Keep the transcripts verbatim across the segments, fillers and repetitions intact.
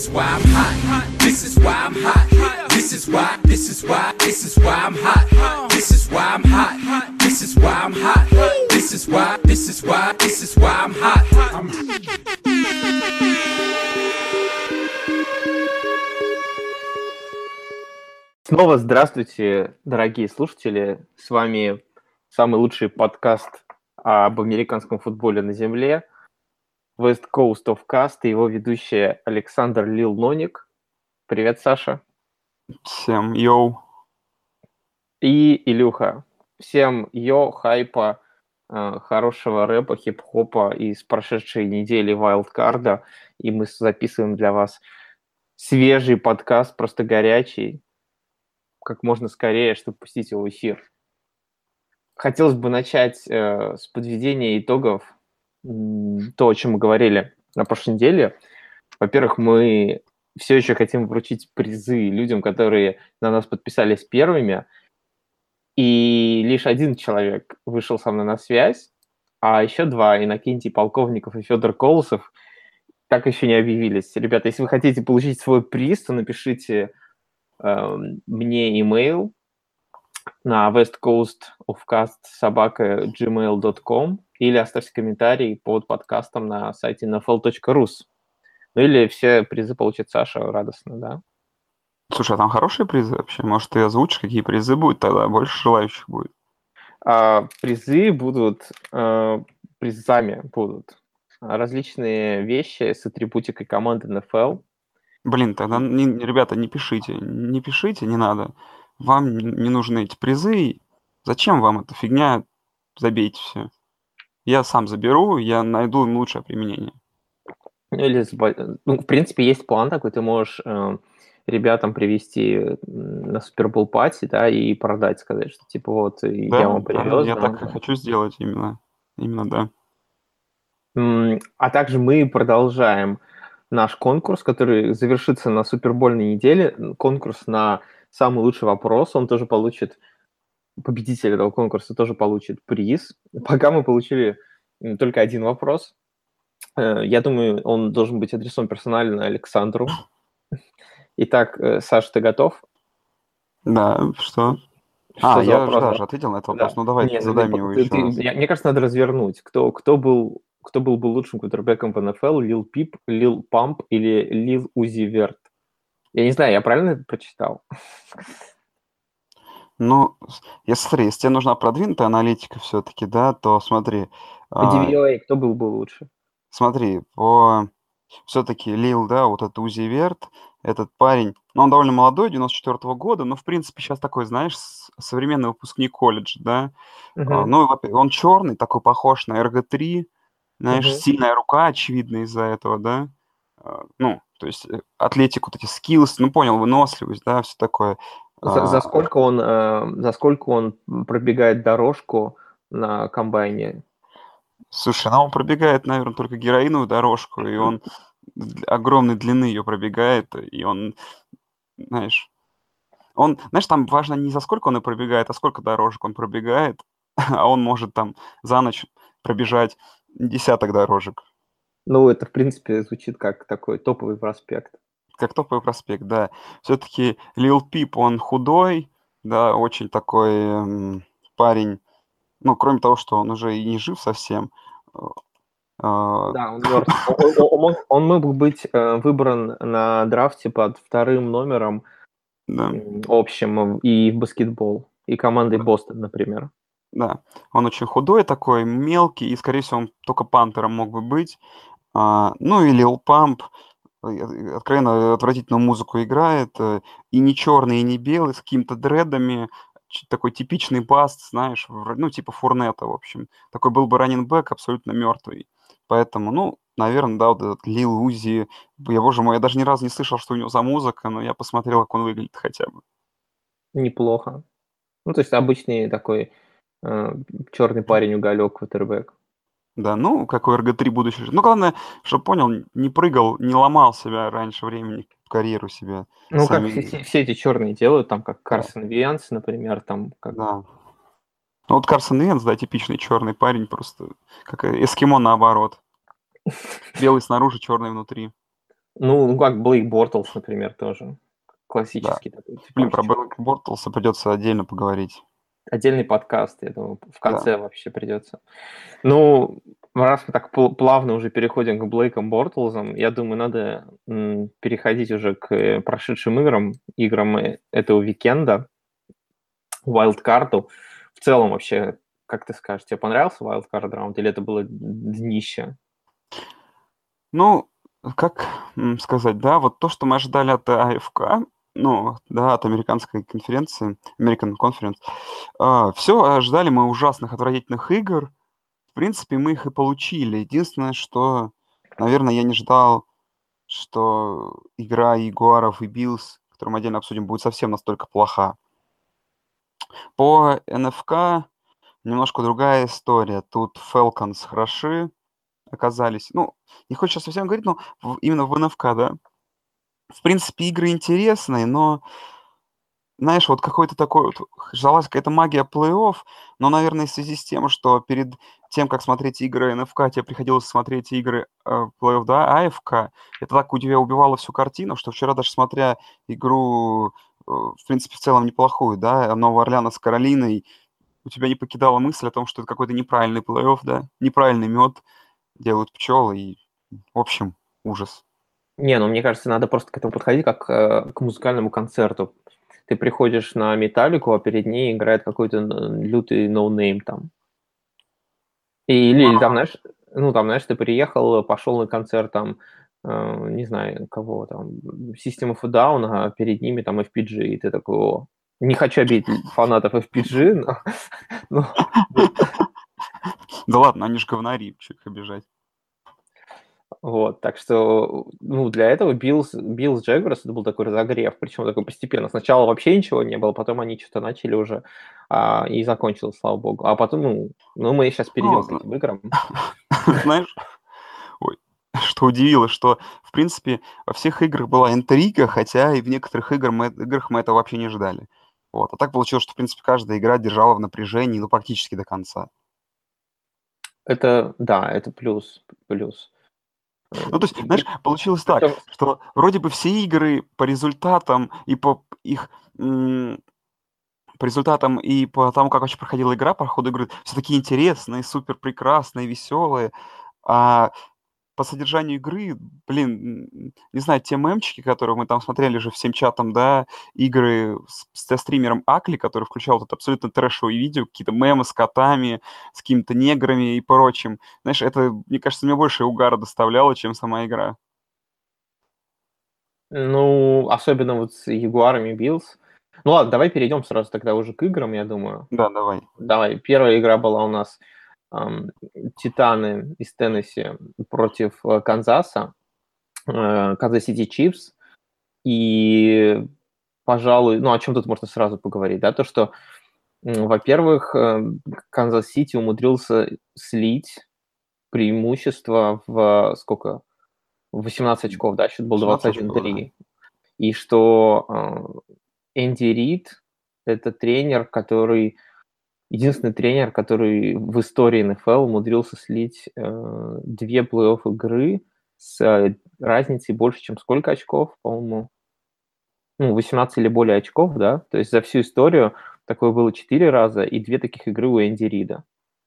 why I'm hot. This is why I'm hot. This is why, this is why, this is why I'm hot. This is why I'm hot. This is why I'm hot. This is why, this is why, this is why I'm hot. I'm... Снова здравствуйте, дорогие слушатели. С вами самый лучший подкаст об американском футболе на земле. West Coast of Cast и его ведущий Александр Лил Ноник. Привет, Саша. Всем йоу. И Илюха. Всем йо, хайпа, э, хорошего рэпа, хип-хопа из прошедшей недели Wildcard'а. И мы записываем для вас свежий подкаст, просто горячий, как можно скорее, чтобы пустить его в эфир. Хотелось бы начать э, с подведения итогов, м, то, о чем мы говорили на прошлой неделе. Во-первых, мы все еще хотим вручить призы людям, которые на нас подписались первыми, и лишь один человек вышел со мной на связь, а еще два, Иннокентий Полковников и Федор Колосов, так еще не объявились. Ребята, если вы хотите получить свой приз, то напишите э, мне имейл на westcoastofcast собака gmail точка com или оставьте комментарий под подкастом на сайте эн эф эл точка рус. Ну или все призы получит Саша радостно, да? Слушай, а там хорошие призы вообще? Может, ты озвучишь, какие призы будут тогда? Больше желающих будет. А, призы будут, а, призами будут различные вещи с атрибутикой команды эн эф эл. Блин, тогда, не, ребята, не пишите, не пишите, не надо. Вам не нужны эти призы. Зачем вам эта фигня? Забейте все. Я сам заберу, я найду им лучшее применение. Ну, или, ну, в принципе, есть план такой, ты можешь э, ребятам привезти на Супербол пати, да, и продать, сказать, что типа вот, да, я вам привез. Да, я да, так да. и хочу сделать именно, именно, да. А также мы продолжаем наш конкурс, который завершится на супербольной неделе. Конкурс на самый лучший вопрос, он тоже получит, победитель этого конкурса тоже получит приз. Пока мы получили только один вопрос. Я думаю, он должен быть адресован персонально Александру. Итак, Саш, ты готов? Да, что? Что а, я вопрос, даже да? ответил на этот вопрос. Да. Ну, давай, Нет, задай ты, мне его ты, еще ты, раз. Я, мне кажется, надо развернуть. Кто, кто, был, кто был бы лучшим квотербеком в эн эф эл? Лил Пип, Лил Памп или Лил Узи Верт? Я не знаю, я правильно это прочитал? Ну, если, смотри, если тебе нужна продвинутая аналитика все-таки, да, то смотри. По ди ви эй кто был бы лучше? Смотри, по все-таки Лил, да, вот этот Узи Верт, этот парень, ну, он довольно молодой, девяносто четвёртого года, но, в принципе, сейчас такой, знаешь, современный выпускник колледжа, да. Uh-huh. Ну, он черный, такой похож на эр джи три, знаешь, uh-huh. сильная рука, очевидно, из-за этого, да. Ну, то есть атлетику, вот эти скиллс, ну, понял, выносливость, да, все такое. За, за, сколько он, э, за сколько он пробегает дорожку на комбайне? Слушай, ну он пробегает, наверное, только героиновую дорожку, и он огромной длины ее пробегает, и он, знаешь, он, знаешь, там важно не за сколько он и пробегает, а сколько дорожек он пробегает, а он может там за ночь пробежать десяток дорожек. Ну, это, в принципе, звучит как такой топовый проспект. Как топовый проспект, да. Все-таки Лил Пип, он худой, да, очень такой м, парень, ну, кроме того, что он уже и не жив совсем. Да, он мертв. Он, он, мог, он мог быть э, выбран на драфте под вторым номером да. общим и в баскетбол, и командой Бостон, например. Да, он очень худой такой, мелкий, и, скорее всего, он только пантером мог бы быть. А, ну, и Лил Памп, откровенно отвратительную музыку играет, и не черный, и не белый, с какими-то дредами, такой типичный баст, знаешь, ну, типа Фурнета, в общем. Такой был бы раннинг-бэк абсолютно мертвый. Поэтому, ну, наверное, да, вот этот Лил Узи, я, боже мой, я даже ни разу не слышал, что у него за музыка, но я посмотрел, как он выглядит хотя бы. Неплохо. Ну, то есть обычный такой э, черный парень-уголек, квотербэк. Да, ну, какой эр джи три будущий. Ну, главное, чтобы понял, не прыгал, не ломал себя раньше времени, карьеру себе. Ну, сами... как все, все эти черные делают, там, как Карсон Венц, например, там, как... Да. Ну, вот Карсон Венц, да, типичный черный парень, просто как эскимо наоборот. Белый снаружи, черный внутри. Ну, ну, как Блейк Бортлс, например, тоже. Да. Классический такой Блин, про типаж. Блейка Бортлса придется отдельно поговорить. Отдельный подкаст, я думаю, в Да. конце вообще придется. Ну, раз мы так пл- плавно уже переходим к Блейкам Бортлзам, я думаю, надо м, переходить уже к э, прошедшим играм, играм э, этого уикенда, Wildcard'у. В целом вообще, как ты скажешь, тебе понравился Wildcard раунд или это было днище? Ну, как м, сказать, да, вот то, что мы ожидали от АФК, ну, да, от американской конференции, American Conference, все ожидали мы ужасных, отвратительных игр. В принципе, мы их и получили. Единственное, что, наверное, я не ждал, что игра Ягуаров и Биллс, которую мы отдельно обсудим, будет совсем настолько плоха. По эн эф ка немножко другая история. Тут Falcons хороши оказались. Ну, не хочется совсем говорить, но в- именно в эн эф ка, да. В принципе, игры интересные, но, знаешь, вот какой-то такой вот ждалась какая-то магия плей-офф, но, наверное, в связи с тем, что перед тем, как смотреть игры эн эф ка, тебе приходилось смотреть игры э, плей-офф, да, АФК, это так у тебя убивало всю картину, что вчера даже смотря игру, э, в принципе, в целом неплохую, да, Нового Орлеана с Каролиной, у тебя не покидала мысль о том, что это какой-то неправильный плей-офф, да, неправильный мед делают пчелы, и, в общем, ужас. Не, ну мне кажется, надо просто к этому подходить как э, к музыкальному концерту. Ты приходишь на Металлику, а перед ней играет какой-то н- лютый ноунейм там. И- Или, или там, знаешь, ну там, знаешь, ты приехал, пошел на концерт там, э, не знаю, кого там, System of a Down, а перед ними там эф пи джи, и ты такой, о, не хочу обидеть фанатов эф пи джи, но, но- Да ладно, они же говнари, чё их обижать. вот, так что, ну, для этого Биллс, Биллс Джаггерс это был такой разогрев, причем такой постепенно. Сначала вообще ничего не было, потом они что-то начали уже, а, и закончилось, слава богу. А потом, ну, ну мы сейчас перейдем Ну, к этим играм. знаешь, ой, что удивило, что, в принципе, во всех играх была интрига, хотя и в некоторых игр мы, играх мы это вообще не ждали. Вот. А так получилось, что, в принципе, каждая игра держала в напряжении, ну, практически до конца. Это, да, это плюс, плюс. Э, Ну, то есть, И, знаешь, и получилось так, причем, что вроде бы все игры по результатам и по их м, по результатам и по тому, как вообще проходила игра, по ходу игры, все такие интересные, супер прекрасные, веселые. А по содержанию игры, блин, м, не знаю, те мемчики, которые мы там смотрели же всем чатом, да, игры с, со стримером Акли, который включал вот это абсолютно трэшевые видео, какие-то мемы с котами, с какими-то неграми и прочим. Знаешь, это, мне кажется, мне больше угара доставляло, чем сама игра. ну, особенно вот с Ягуарами Биллс. Ну ладно, давай перейдем сразу тогда уже к играм, я думаю. Да, давай. Давай, первая игра была у нас ам, Титаны из Теннесси против э, Канзаса, э, Канзас Сити Чифс. И, пожалуй, ну, о чем тут можно сразу поговорить, да, то, что, м, во-первых, э, Канзас Сити умудрился слить преимущество в сколько? В восемнадцать очков, да, счет был двадцать восемнадцать один очков, да. три. И что э, Энди Рид– это тренер, который единственный тренер, который в истории эн эф эл умудрился слить э, две плей-офф игры с э, разницей больше, чем сколько очков, по-моему, ну, восемнадцать или более очков, да, то есть за всю историю такое было четыре раза и две таких игры у Энди Рида.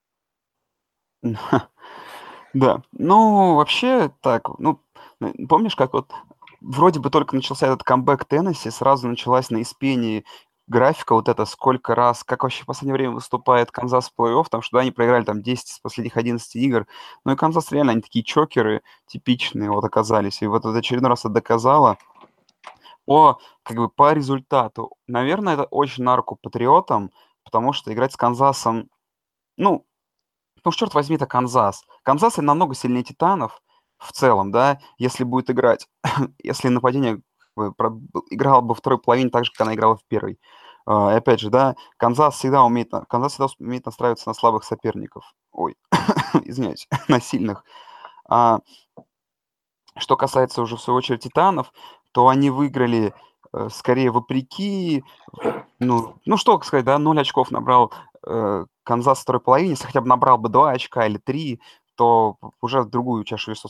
Да. Ну, вообще, так, ну, н- помнишь, как вот вроде бы только начался этот камбэк Теннесси, сразу началась на Испении графика вот это, сколько раз, как вообще в последнее время выступает Канзас в плей-офф, потому что да, они проиграли там десять из последних одиннадцати игр, ну и Канзас реально, они такие чокеры типичные вот оказались, и вот это очередной раз это доказало. По, как бы, по результату, наверное, это очень на руку патриотам, потому что играть с Канзасом, ну, ну, черт возьми, это Канзас. Канзас намного сильнее Титанов в целом, да, если будет играть, если нападение как бы, про- б- играло бы во второй половине так же, как она играла в первой. А, и опять же, да, Канзас всегда умеет, на- Канзас всегда умеет настраиваться на слабых соперников. Ой, извиняюсь, на сильных. А, что касается уже, в свою очередь, Титанов, то они выиграли э, скорее вопреки, ну, ну что сказать, да, ноль очков набрал э, Канзас в второй половине. Если хотя бы набрал бы два очка или три, то уже в другую чашу весов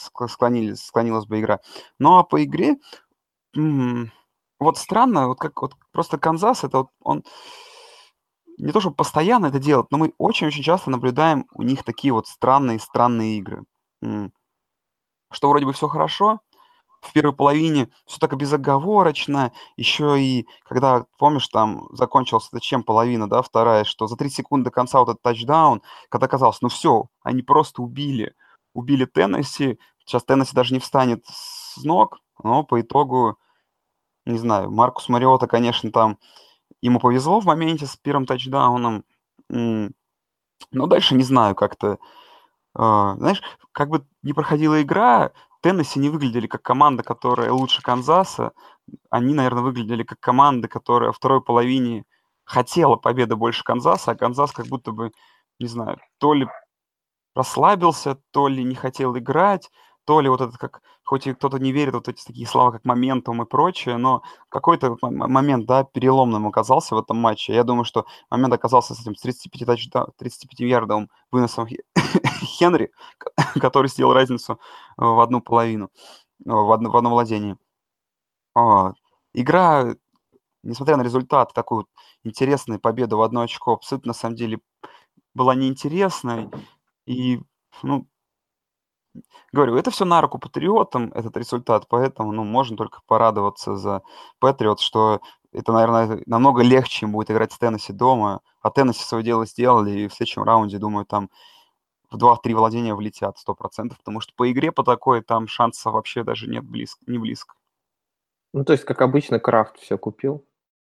склонились, склонилась бы игра. Ну, а по игре, м, вот странно, вот как вот просто Канзас, это вот он не то чтобы постоянно это делает, но мы очень-очень часто наблюдаем у них такие вот странные-странные игры. М, Что вроде бы все хорошо, в первой половине все так безоговорочно. Еще и когда, помнишь, там закончилась зачем половина, да, вторая, что за три секунды до конца вот этот тачдаун, когда казалось, ну все, они просто убили. Убили Теннесси. Сейчас Теннесси даже не встанет с ног, но по итогу, не знаю, Маркус Мариота, конечно, там ему повезло в моменте с первым тачдауном. М, Но дальше не знаю, как-то а, знаешь, как бы ни проходила игра, Теннесси не выглядели как команда, которая лучше Канзаса. Они, наверное, выглядели как команда, которая во второй половине хотела победы больше Канзаса, а Канзас как будто бы, не знаю, то ли расслабился, то ли не хотел играть, то ли вот этот как, хоть и кто-то не верит в вот эти такие слова, как моментум и прочее, но какой-то м- м- момент, да, переломным оказался в этом матче. Я думаю, что момент оказался с этим с тридцати пяти тачда- тридцати пяти ярдовым выносом Хе- Хенри, к- который сделал разницу э, в одну половину, э, в одно, в одно владение. А, Игра, несмотря на результат, такой вот интересной победы в одно очко, абсолютно на самом деле была неинтересной. И, ну, говорю, это все на руку патриотам, этот результат, поэтому, ну, можно только порадоваться за Патриот, что это, наверное, намного легче им будет играть с Теннесси дома, а Теннесси свое дело сделали, и в следующем раунде, думаю, там в два-три владения влетят сто процентов, потому что по игре по такой там шансов вообще даже нет близко, не близко. Ну, то есть, как обычно, Крафт все купил.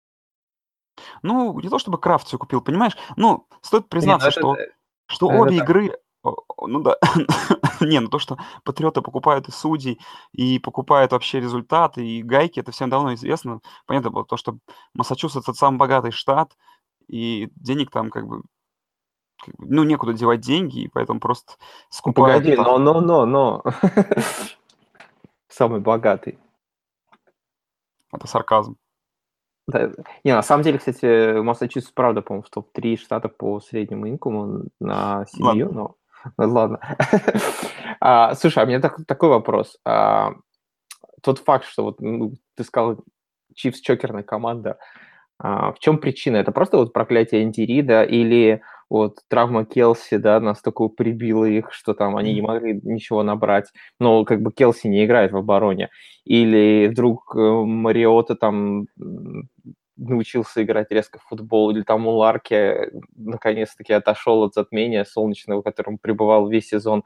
Ну, не то чтобы Крафт все купил, понимаешь? Ну, стоит Не, ну признаться, это, что, что это обе так. игры, о, о, ну да, не, ну то, что патриоты покупают и судей, и покупают вообще результаты, и гайки, это всем давно известно. Понятно было то, что Массачусетс — это самый богатый штат, и денег там как бы, как бы, ну, некуда девать деньги, и поэтому просто Ну, скупают погоди, там. но, но, но, но. Самый богатый. Это сарказм. Да. Не, на самом деле, кстати, Массачусетс, правда, по-моему, в топ три штата по среднему инкому на Ладно. семью, но ну, ладно. А, слушай, а у меня так- такой вопрос. А, тот факт, что вот ну, ты сказал, Чифс чокерная команда, а, в чем причина? Это просто вот проклятие Энди Рида или вот травма Келси, да, настолько прибила их, что там они не могли ничего набрать, но как бы Келси не играет в обороне, или вдруг э, Мариота там м, научился играть резко в футбол, или там у Ларки э, наконец-таки отошел от затмения солнечного, в котором пребывал весь сезон.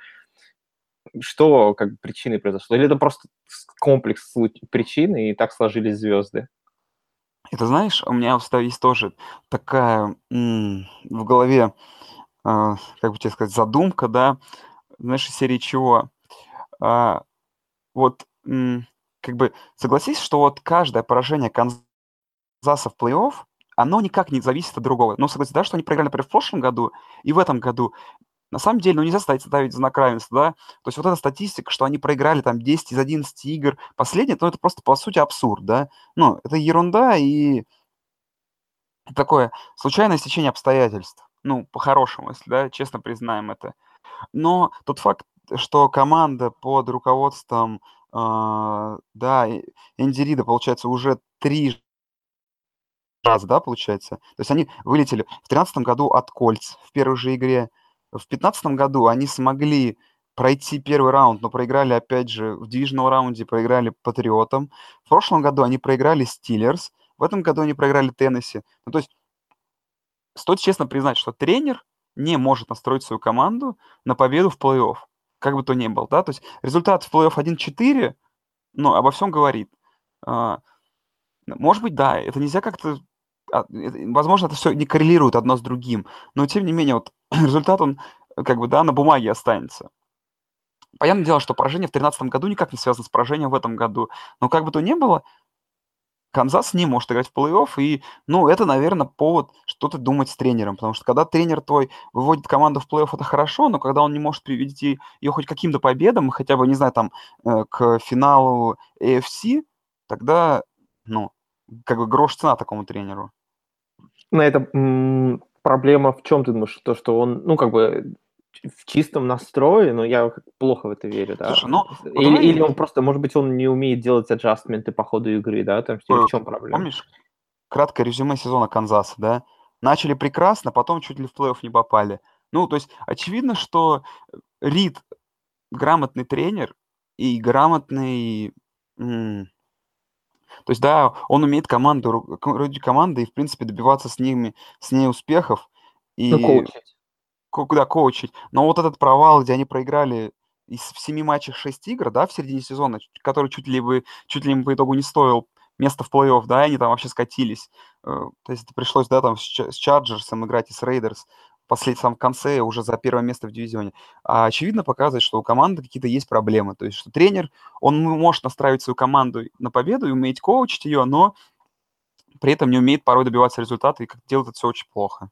Что как бы причиной произошло? Или это просто с- комплекс случ- причин, и так сложились звезды? И ты знаешь, у меня всегда есть тоже такая м, в голове, а, как бы тебе сказать, задумка, да, знаешь, из серии чего? А, вот, м, как бы, согласись, что вот каждое поражение Канзаса в плей-офф, оно никак не зависит от другого. Ну, согласись, да, что они проиграли, например, в прошлом году и в этом году. На самом деле, ну, нельзя ставить, ставить знак равенства, да. То есть вот эта статистика, что они проиграли там десять из одиннадцати игр последние, ну, это просто, по сути, абсурд, да. Ну, это ерунда и такое случайное стечение обстоятельств. Ну, по-хорошему, если, да, честно признаем это. Но тот факт, что команда под руководством, а, да, э, Энди Рида, получается, уже три раза, да, получается? То есть они вылетели в тринадцатом году от Кольц в первой же игре. В пятнадцатом году они смогли пройти первый раунд, но проиграли, опять же, в дивизионном раунде проиграли Патриотам. В прошлом году они проиграли Стиллерс. В этом году они проиграли Теннесси. Ну, то есть стоит честно признать, что тренер не может настроить свою команду на победу в плей-офф, как бы то ни было, да. То есть результат в плей-офф один-четыре, ну, обо всем говорит. А, Может быть, да, это нельзя как-то... а, это- Возможно, это все не коррелирует одно с другим, но тем не менее, вот результат, он э, как бы, да, на бумаге останется. Понятное дело, что поражение в тринадцатом году никак не связано с поражением в этом году, но как бы то ни было, Канзас не может играть в плей-офф, и, ну, это, наверное, повод что-то думать с тренером, потому что когда тренер твой выводит команду в плей-офф, это хорошо, но когда он не может привести ее хоть к каким-то победам, хотя бы, не знаю, там, э, к финалу эй эф си, тогда, ну, как бы грош цена такому тренеру. На это м, проблема в чем, ты думаешь? То, что он, ну, как бы в чистом настрое, но я плохо в это верю, да. Слушай, ну, Или, вот давай, или он просто, может быть, он не умеет делать аджастменты по ходу игры, да, там, или в э, чем проблема? помнишь, краткое резюме сезона Канзаса, да? Начали прекрасно, потом чуть ли в плей-офф не попали. Ну, то есть очевидно, что Рид грамотный тренер и грамотный... м, То есть, да, он умеет команду, ру- ко- руководить командой и, в принципе, добиваться с ними, с ней успехов Ну, и коучить. ко- куда коучить. Но вот этот провал, где они проиграли из в семи матчах шесть игр, да, в середине сезона, ч- который чуть ли бы, чуть ли им по итогу не стоил места в плей-офф, да, и они там вообще скатились. Э, То есть это пришлось, да, там с Ча- с Чарджерсом играть и с Рейдерс в самом конце уже за первое место в дивизионе. А очевидно показывает, что у команды какие-то есть проблемы. То есть что тренер, он м- может настраивать свою команду на победу и уметь коучить ее, но при этом не умеет порой добиваться результата и как делает это все очень плохо.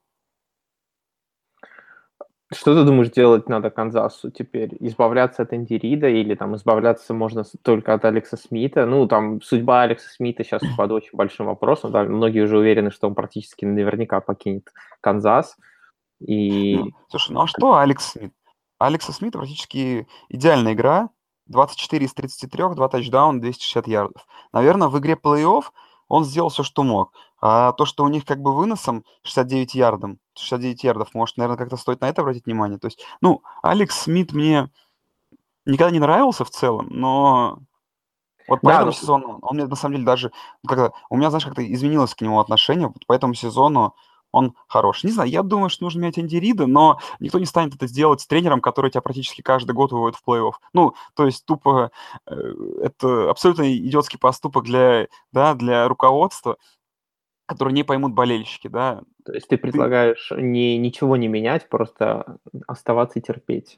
Что ты думаешь, делать надо Канзасу теперь? Избавляться от Энди Рида или там избавляться можно с- только от Алекса Смита? Ну, там судьба Алекса Смита сейчас под очень большим вопросом. Да? Многие уже уверены, что он практически наверняка покинет Канзас. Ну, И слушай, ну а что Алекс Смит? Алекса Смита практически идеальная игра. двадцать четыре из тридцати трёх, два тачдауна, двести шестьдесят ярдов. Наверное, в игре плей-офф он сделал все, что мог. А то, что у них как бы выносом шестьдесят девять ярдов, шестьдесят девять ярдов, может, наверное, как-то стоит на это обратить внимание. То есть, ну, Алекс Смит мне никогда не нравился в целом, но вот по да, этому ну, сезону он мне на самом деле даже ну, как-то у меня, знаешь, как-то изменилось к нему отношение. Вот по этому сезону он хорош. Не знаю, я думаю, что нужно менять Энди Рида, но никто не станет это сделать с тренером, который тебя практически каждый год выводит в плей-офф. Ну, то есть тупо э, это абсолютно идиотский поступок для, да, для руководства, который не поймут болельщики, да. то есть ты Ты, предлагаешь не, ничего не менять, просто оставаться и терпеть.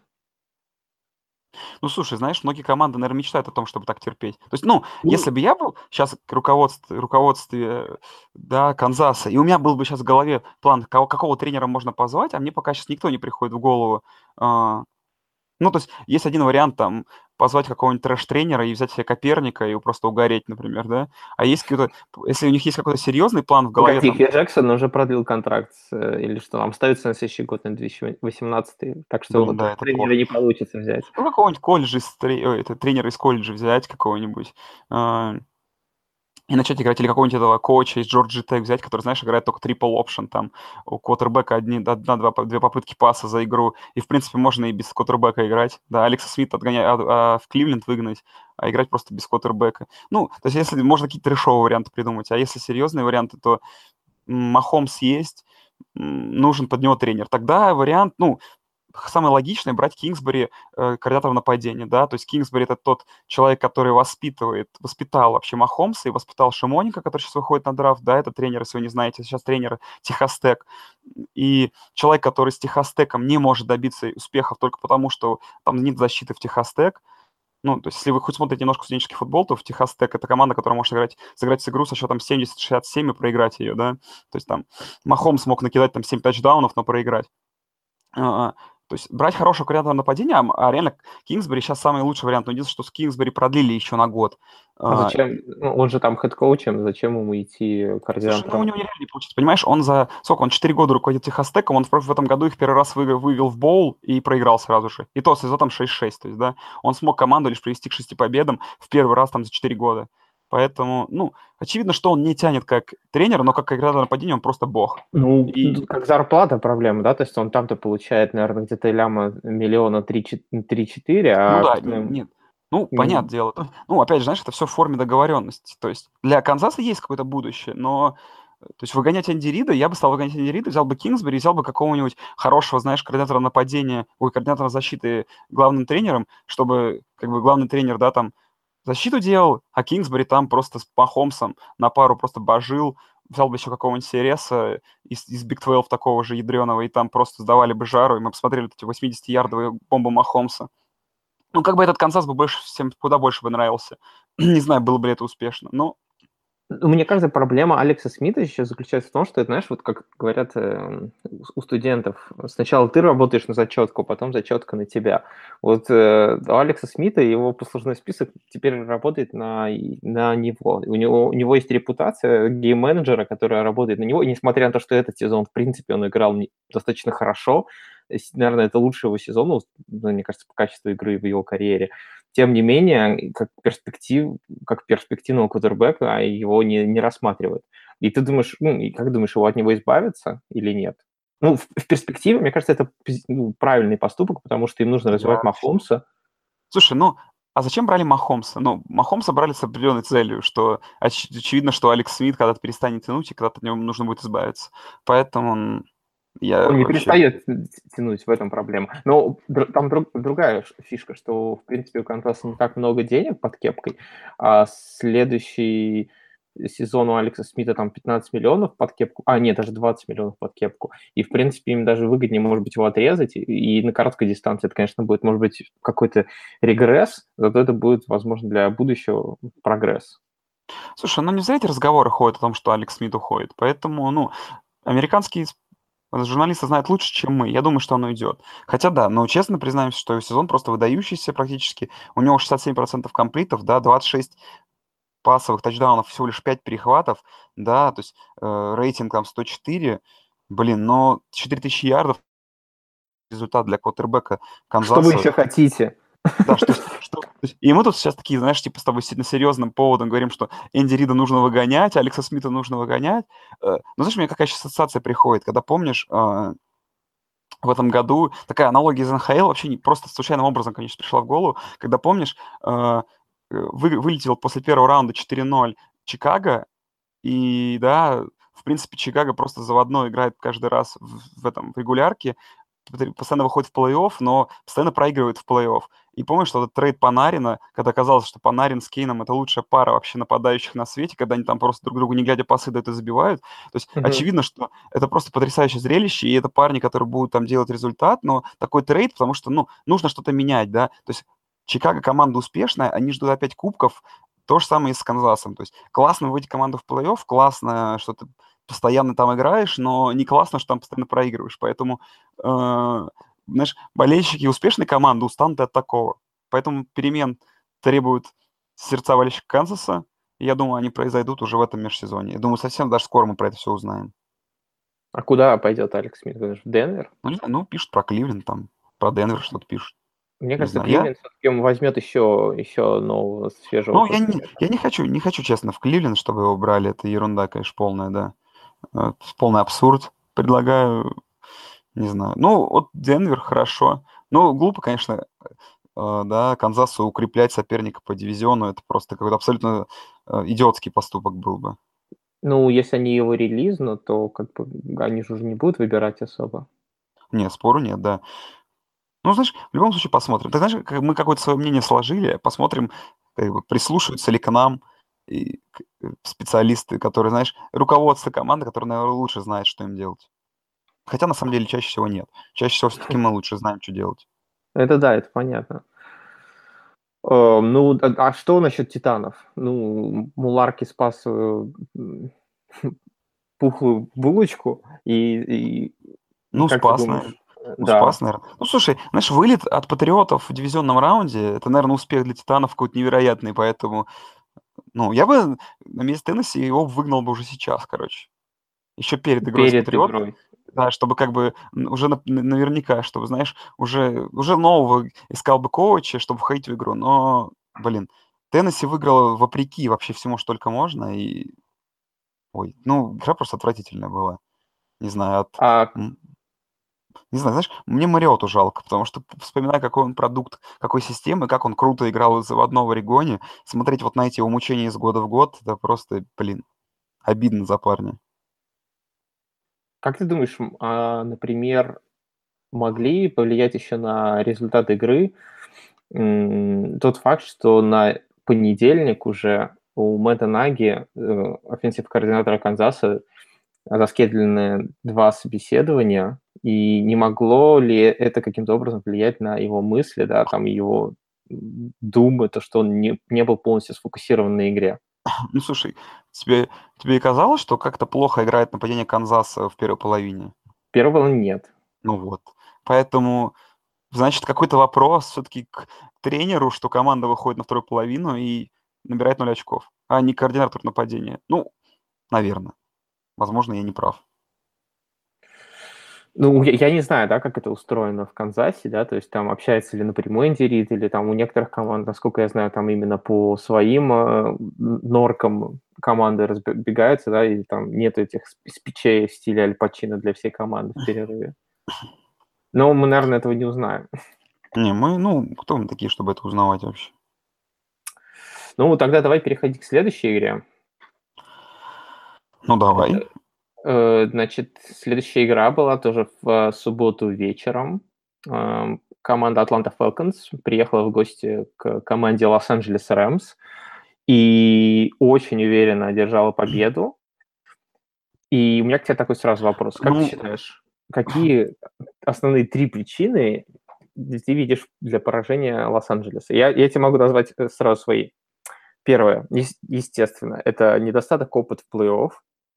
Ну, слушай, знаешь, многие команды, наверное, мечтают о том, чтобы так терпеть. То есть, ну, Ну, если бы я был сейчас к руководстве, руководстве, да, Канзаса, и у меня был бы сейчас в голове план, кого, какого тренера можно позвать, а мне пока сейчас никто не приходит в голову. А, ну, то есть, есть один вариант, там, позвать какого-нибудь трэш-тренера и взять себе Коперника и просто угореть, например, да. А есть какой-то, если у них есть какой-то серьезный план в голове, погоди, там, Хью Джексон уже продлил контракт, с, э, или что, там остается на следующий год, на две тысячи восемнадцатый, так что блин, вот да, это тренера плохо. не получится взять. Ну, какого-нибудь колледжа, из тре- ой, это, тренера из колледжа взять какого-нибудь. а, И начать играть, или какого-нибудь этого коуча из Georgia Tech взять, который, знаешь, играет только triple option, там у квотербека одни, одна-два, две попытки паса за игру, и, в принципе, можно и без квотербека играть. Да, Алекса Смита отгонять, а, а в Кливленд выгнать, а играть просто без квотербека. Ну, то есть если можно какие-то трешовые варианты придумать, а если серьезные варианты, то м, Махомс есть, м, нужен под него тренер. Тогда вариант, ну, самое логичное брать Кингсбери э, координатора нападения, да, то есть Кингсбери это тот человек, который воспитывает, воспитал вообще Махомса и воспитал Шимоника, который сейчас выходит на драфт, да, это тренер, если вы не знаете, сейчас тренер Техастек, и человек, который с Техастеком не может добиться успехов только потому, что там нет защиты в Техастек. Ну, то есть, если вы хоть смотрите немножко студенческий футбол, то в Техастек это команда, которая может играть, сыграть с игру со счетом семьдесят шестьдесят семь и проиграть ее, да. То есть там Махомс мог накидать там семь тачдаунов, но проиграть. А, то есть брать хорошего координатора нападения, а, а реально Кингсбери сейчас самый лучший вариант. Но единственное, что с Кингсбери продлили еще на год. А А, зачем? Ну, он же там хед-коучем, зачем ему идти Слушай, ну у координатором? него нереально не получится. Понимаешь, он за... Сколько? Он четыре года руководит Техастеком, он в, в этом году их первый раз вы- вывел в боул и проиграл сразу же. И то с результатом шесть шесть. То есть, да, он смог команду лишь привести к шести победам в первый раз там за четыре года. Поэтому, ну, очевидно, что он не тянет как тренер, но как координатор нападения он просто бог. Ну, И, тут как зарплата проблема, да, то есть он там-то получает, наверное, где-то ляма миллиона три-четыре, ну а да, в н- твоем... нет. Ну, понятное м, дело. То- Ну, опять же, знаешь, это все в форме договоренности. То есть для Канзаса есть какое-то будущее, но э, то есть выгонять Энди Рида, я бы стал выгонять Энди Рида, взял бы Кингсбери, взял бы какого-нибудь хорошего, знаешь, координатора нападения, ой, координатора защиты главным тренером, чтобы как бы главный тренер, да, там защиту делал, а Кингсбери там просто с Махомсом на пару просто божил, взял бы еще какого-нибудь Сереса из, из Биг двенадцать такого же ядреного, и там просто сдавали бы жару, и мы посмотрели эти восьмидесятиярдовые бомбы Махомса. Ну, как бы этот Канзас бы больше всем куда больше бы нравился. Не знаю, было бы ли это успешно, но Ну, мне кажется, проблема Алекса Смита еще заключается в том, что, знаешь, вот как говорят э, у студентов, сначала ты работаешь на зачетку, потом зачетка на тебя. Вот э, у Алекса Смита его послужной список теперь работает на, на него. У него. У него есть репутация гейм-менеджера, которая работает на него, и несмотря на то, что этот сезон, в принципе, он играл не- достаточно хорошо, наверное, это лучший его сезон, ну, мне кажется, по качеству игры в его карьере. Тем не менее, как перспектив, как перспективного квотербека его не, не рассматривают. И ты думаешь, ну, и как думаешь, его от него избавиться или нет? Ну, в, в перспективе, мне кажется, это ну, правильный поступок, потому что им нужно развивать Я... Махомса. Слушай, ну, а зачем брали Махомса? Ну, Махомса брали с определенной целью, что оч- очевидно, что Алекс Смит когда-то перестанет тянуть, и когда-то от него нужно будет избавиться. Поэтому я Он не вообще... перестает тянуть, в этом проблема. Но др- там друг- другая фишка, что, в принципе, у Канзаса не так много денег под кепкой, а следующий сезон у Алекса Смита там пятнадцать миллионов под кепку, а нет, даже двадцать миллионов под кепку, и, в принципе, им даже выгоднее, может быть, его отрезать, и, и на короткой дистанции это, конечно, будет, может быть, какой-то регресс, зато это будет, возможно, для будущего прогресс. Слушай, ну не зря эти разговоры ходят о том, что Алекс Смит уходит, поэтому, ну, американские журналисты знают лучше, чем мы. Я думаю, что оно идет. Хотя да, но честно признаемся, что сезон просто выдающийся практически. У него шестьдесят семь процентов комплитов, да, двадцать шесть пасовых тачдаунов, всего лишь пять перехватов, да, то есть э, рейтинг там сто четыре, блин, но четыре тысячи ярдов результат для квотербека Что вы Канзаса. еще хотите? Да, что, что, то есть, и мы тут сейчас такие, знаешь, типа с тобой на серьезным поводом говорим, что Энди Рида нужно выгонять, Алекса Смита нужно выгонять. Э, ну, знаешь, у меня какая сейчас ассоциация приходит, когда, помнишь, э, в этом году такая аналогия из эн эйч эл вообще не, просто случайным образом, конечно, пришла в голову, когда, помнишь, э, вы, вылетел после первого раунда четыре ноль Чикаго, и, да, в принципе, Чикаго просто заводной играет каждый раз в, в этом в регулярке, постоянно выходит в плей-офф, но постоянно проигрывает в плей-офф. И помнишь, что этот трейд Панарина, когда оказалось, что Панарин с Кейном — это лучшая пара вообще нападающих на свете, когда они там просто друг другу не глядя пасы дают и забивают. То есть Мгм. очевидно, что это просто потрясающее зрелище, и это парни, которые будут там делать результат, но такой трейд, потому что, ну, нужно что-то менять, да. То есть Чикаго команда успешная, они ждут опять кубков, то же самое и с Канзасом. То есть классно выводить команду в плей-офф, классно, что ты постоянно там играешь, но не классно, что там постоянно проигрываешь. Поэтому, э, знаешь, болельщики успешной команды устанут от такого. Поэтому перемен требуют сердца болельщиков Канзаса. И я думаю, они произойдут уже в этом межсезонье. Я думаю, совсем даже скоро мы про это все узнаем. А куда пойдет Алекс Смит? Думаешь, в Денвер? Ну, не знаю, ну, пишут про Кливленд, там, про Денвер что-то пишут. Мне Не кажется, знаю, я... Кливленд все-таки возьмет еще, еще нового свежего Ну, я не, квотербека. я не хочу, не хочу, честно, в Кливленд, чтобы его брали. Это ерунда, конечно, полная, да. Э, Полный абсурд. Предлагаю, не знаю. Ну, вот Денвер хорошо. Ну, глупо, конечно, э, да, Канзасу укреплять соперника по дивизиону. Это просто какой-то абсолютно э, идиотский поступок был бы. Ну, если они его релизнут, то как бы они же уже не будут выбирать особо. Нет, спору нет, да. Ну, знаешь, в любом случае посмотрим. Ты знаешь, как мы какое-то свое мнение сложили, посмотрим, как бы, прислушаются ли к нам и к- э, специалисты, которые, знаешь, руководство команды, которое, наверное, лучше знает, что им делать. Хотя, на самом деле, чаще всего нет. Чаще всего все-таки мы лучше знаем, что делать. Это да, это понятно. Э, Ну, а а что насчет Титанов? Ну, Муларки спас э, м, пухлую булочку, и, и, и Ну, как ты спас, думаешь? наверное. э, Ну, Да, спас, наверное. Ну, слушай, знаешь, вылет от Патриотов в дивизионном раунде — это, наверное, успех для Титанов какой-то невероятный, поэтому, ну, я бы на месте Теннесси его выгнал бы уже сейчас, короче. Еще перед игрой с перед Патриотами. игрой. Да, чтобы как бы н- уже на- на- наверняка, чтобы, знаешь, уже, уже нового искал бы коуча, чтобы входить в игру. Но, блин, Теннесси выиграла вопреки вообще всему, что только можно. И, ой, ну, игра просто отвратительная была. Не знаю, от... А м, Не знаю, знаешь, мне Мариоту жалко, потому что п- вспоминая, какой он продукт, какой системы, как он круто играл из заводного Орегоне, смотреть вот на эти его мучения из года в год, это просто, блин, обидно за парня. как ты думаешь, м, а, например, могли повлиять еще на результат игры м, тот факт, что на понедельник уже у Мэтта Наги, э, офенсив координатора Канзаса, заскедлены два собеседования, и не могло ли это каким-то образом влиять на его мысли, да, там, его м, думы, то, что он не, не был полностью сфокусирован на игре? Ну, слушай, тебе, тебе и казалось, что как-то плохо играет нападение Канзаса в первой половине? Первого нет. Ну вот. Поэтому, значит, какой-то вопрос все-таки к тренеру, что команда выходит на вторую половину и набирает ноль очков, а не координатор нападения. Ну, наверное. Возможно, я не прав. Ну, я, я не знаю, да, как это устроено в Канзасе, да, то есть там общается ли напрямую Энди Рид, или там у некоторых команд, насколько я знаю, там именно по своим э, норкам команды разбегаются, да, и там нет этих сп- спичей в стиле Аль Пачино для всей команды в перерыве. Но мы, наверное, этого не узнаем. Не, мы, ну, кто мы такие, чтобы это узнавать вообще? Ну, тогда давай переходить к следующей игре. Ну, давай. Э, Значит, следующая игра была тоже в э, субботу вечером. Эм, Команда Atlanta Falcons приехала в гости к команде Лос-Анджелес Рэмс и очень уверенно одержала победу. И у меня к тебе такой сразу вопрос. Как ты Ну, считаешь, какие основные три причины ты видишь для поражения Лос-Анджелеса? Я, я тебе могу назвать э, сразу свои. Первое, ес- естественно, это недостаток опыта в плей-офф.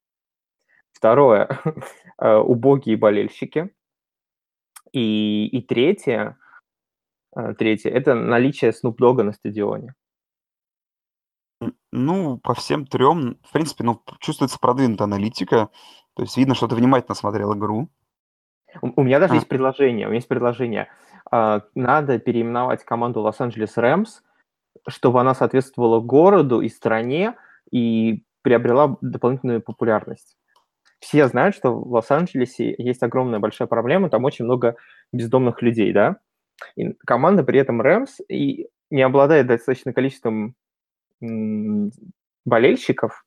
Второе, э, убогие болельщики. И, и третье, э, третье, это наличие Snoop Dogg на стадионе. н- ну, по всем трем, в принципе, ну, чувствуется продвинутая аналитика. То есть видно, что ты внимательно смотрел игру. У, у меня даже А, есть предложение. У меня есть предложение. А, надо переименовать команду Лос-Анджелес Рэмс, чтобы она соответствовала городу и стране и приобрела дополнительную популярность. Все знают, что в Лос-Анджелесе есть огромная большая проблема, там очень много бездомных людей, да? И команда при этом Рэмс и не обладает достаточным количеством м, болельщиков,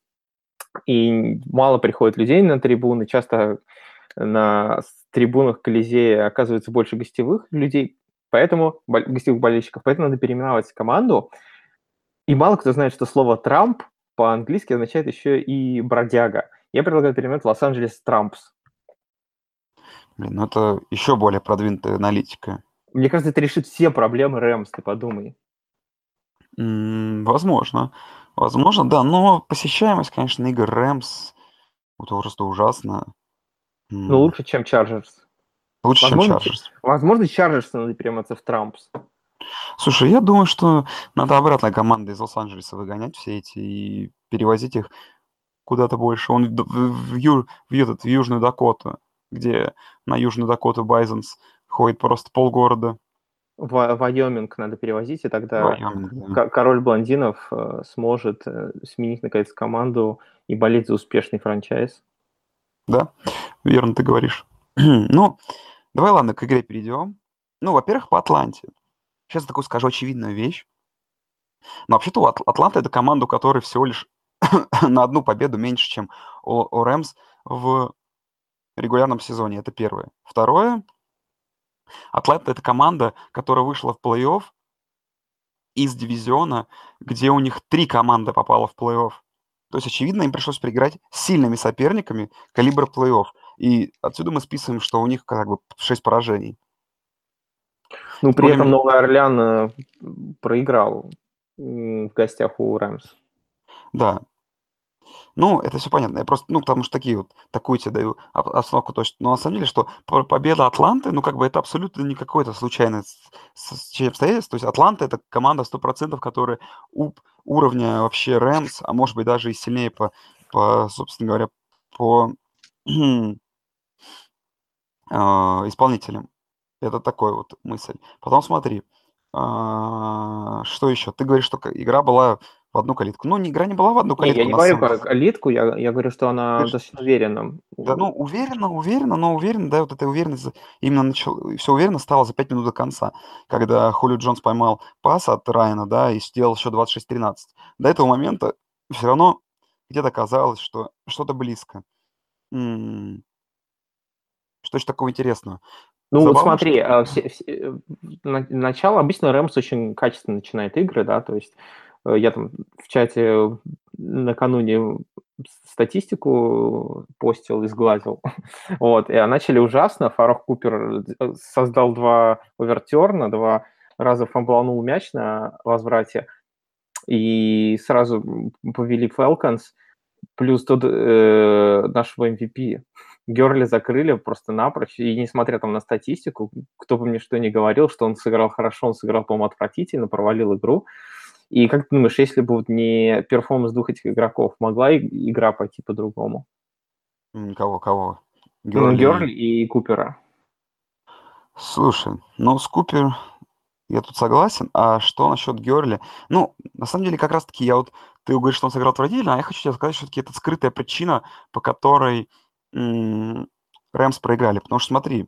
и мало приходит людей на трибуны, часто на трибунах Колизея оказывается больше гостевых людей, поэтому гостевых болельщиков, поэтому надо переименовать команду. И мало кто знает, что слово «Трамп» по-английски означает еще и «бродяга». Я предлагаю переименовать Лос-Анджелес Трампс. блин, ну это еще более продвинутая аналитика. Мне кажется, это решит все проблемы Рэмс, ты подумай. М, возможно. Возможно, да, но посещаемость, конечно, игр Рэмс это просто ужасно. Но М, лучше, чем Чарджерс. лучше, чем Возможно, Ч- Чарджерс. возможно Чарджерс надо переименоваться в Трампс. Слушай, я думаю, что надо обратно команды из Лос-Анджелеса выгонять все эти и перевозить их куда-то больше. Он в, в, в Ю- в этот, в Южную Дакоту, где на Южную Дакоту Байзенс ходит просто полгорода. В Вайоминг надо перевозить, и тогда Вайоминг, да. ко- король блондинов э, сможет э, сменить, наконец, команду и болеть за успешный франчайз. Да, верно ты говоришь. Ну, давай, ладно, к игре перейдем. Ну, во-первых, по Атланте. Сейчас такую скажу очевидную вещь. Но вообще-то у Атл- Атланта это команда, у которой всего лишь на одну победу меньше, чем у, у Рэмс в регулярном сезоне. Это первое. Второе. Атланта это команда, которая вышла в плей-офф из дивизиона, где у них три команды попало в плей-офф. То есть, очевидно, им пришлось проиграть с сильными соперниками калибра плей-офф. И отсюда мы списываем, что у них как бы шесть поражений. Ну, Тем при более, этом мне- Новый Орлеан э, проиграл м, в гостях у Рэмс. да. Ну, это все понятно. Я просто, ну, потому что такие вот, такую тебе даю об- обстановку точно. Но на самом деле, что по- победа Атланты, ну, как бы это абсолютно не какое-то случайное с- с- стечение обстоятельств. То есть Атланта это команда сто процентов, которая у уровня вообще Рэмс, а может быть даже и сильнее по, по собственно говоря, по а, исполнителям. Это такой вот мысль. Потом смотри, а, что еще? Ты говоришь, что к- игра была в одну калитку. Ну, не, игра не была в одну Не, я калитку, не на говорю самом как элитку, я, я говорю, что она деле. достаточно уверена. Да, ну, уверенно, уверенно, но уверенно, да, вот эта уверенность за- именно начал, все уверенно стало за пять минут до конца, когда Холли Джонс поймал пас от Райана, да, и сделал еще двадцать шесть тринадцать. До этого момента все равно где-то казалось, что что-то близко. М, Что еще такого интересного? Ну, вот Забавно, что... смотри, а, все- все, э, на- начало обычно Рэмс очень качественно начинает игры, да, то есть э, я там в чате накануне статистику постил и сглазил, вот, и а начали ужасно, Фарох Купер э, создал два овертерна, два раза фамбланул мяч на возврате, и сразу повели Falcons, плюс тут э, нашего эм ви пи Герли закрыли просто напрочь, и несмотря там на статистику, кто бы мне что ни говорил, что он сыграл хорошо, он сыграл, по-моему, отвратительно, провалил игру. И как ты думаешь, если бы вот не перформанс двух этих игроков, могла и- игра пойти по-другому? М, Кого, кого? Ну, Герли. Герли и Купера. Слушай, ну, с Купер я тут согласен. А что насчет Герли? Ну, на самом деле, как раз-таки я вот... Ты говоришь, что он сыграл отвратительно, а я хочу тебе сказать, что все-таки это скрытая причина, по которой м, Рэмс проиграли. Потому что, смотри,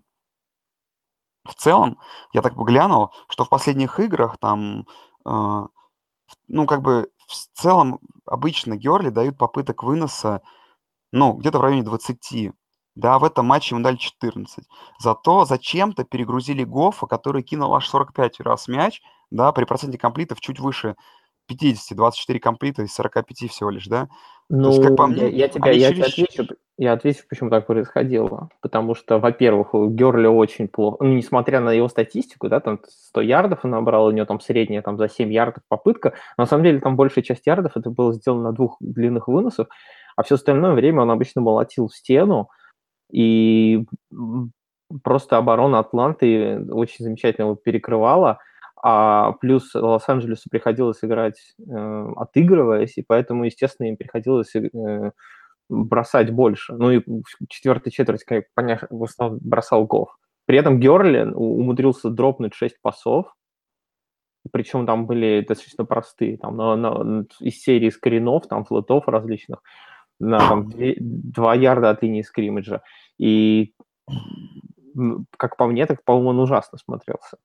в целом, я так бы глянул, что в последних играх там, э, ну, как бы, в целом, обычно Герли дают попыток выноса, ну, где-то в районе двадцати. Да, в этом матче ему дали четырнадцать. Зато зачем-то перегрузили Гофа, который кинул аж сорок пять раз мяч, да, при проценте комплитов чуть выше пятидесяти, двадцать четыре комплита из сорока пяти всего лишь, да. То есть, как по Ну, я, мне, я тебя, они я тебе через... отвечу, я отвечу, почему так происходило. Потому что, во-первых, у Герли очень плохо, ну, несмотря на его статистику, да, там сто ярдов он набрал, у него там средняя там за семь ярдов попытка, но на самом деле там большая часть ярдов это было сделано на двух длинных выносах, а все остальное время он обычно молотил в стену, и м, просто оборона Атланты очень замечательно его перекрывала, а плюс Лос-Анджелесу приходилось играть э, отыгрываясь, и поэтому, естественно, им приходилось э, бросать больше. Ну и в четвертой четверти, как понятно, в основном бросал Гофф. При этом Герли умудрился дропнуть шесть пасов, причем там были достаточно простые, там на, на, из серии скринов, там флотов различных, на там два ярда от линии скриммиджа. И как по мне, так, по-моему, он ужасно смотрелся.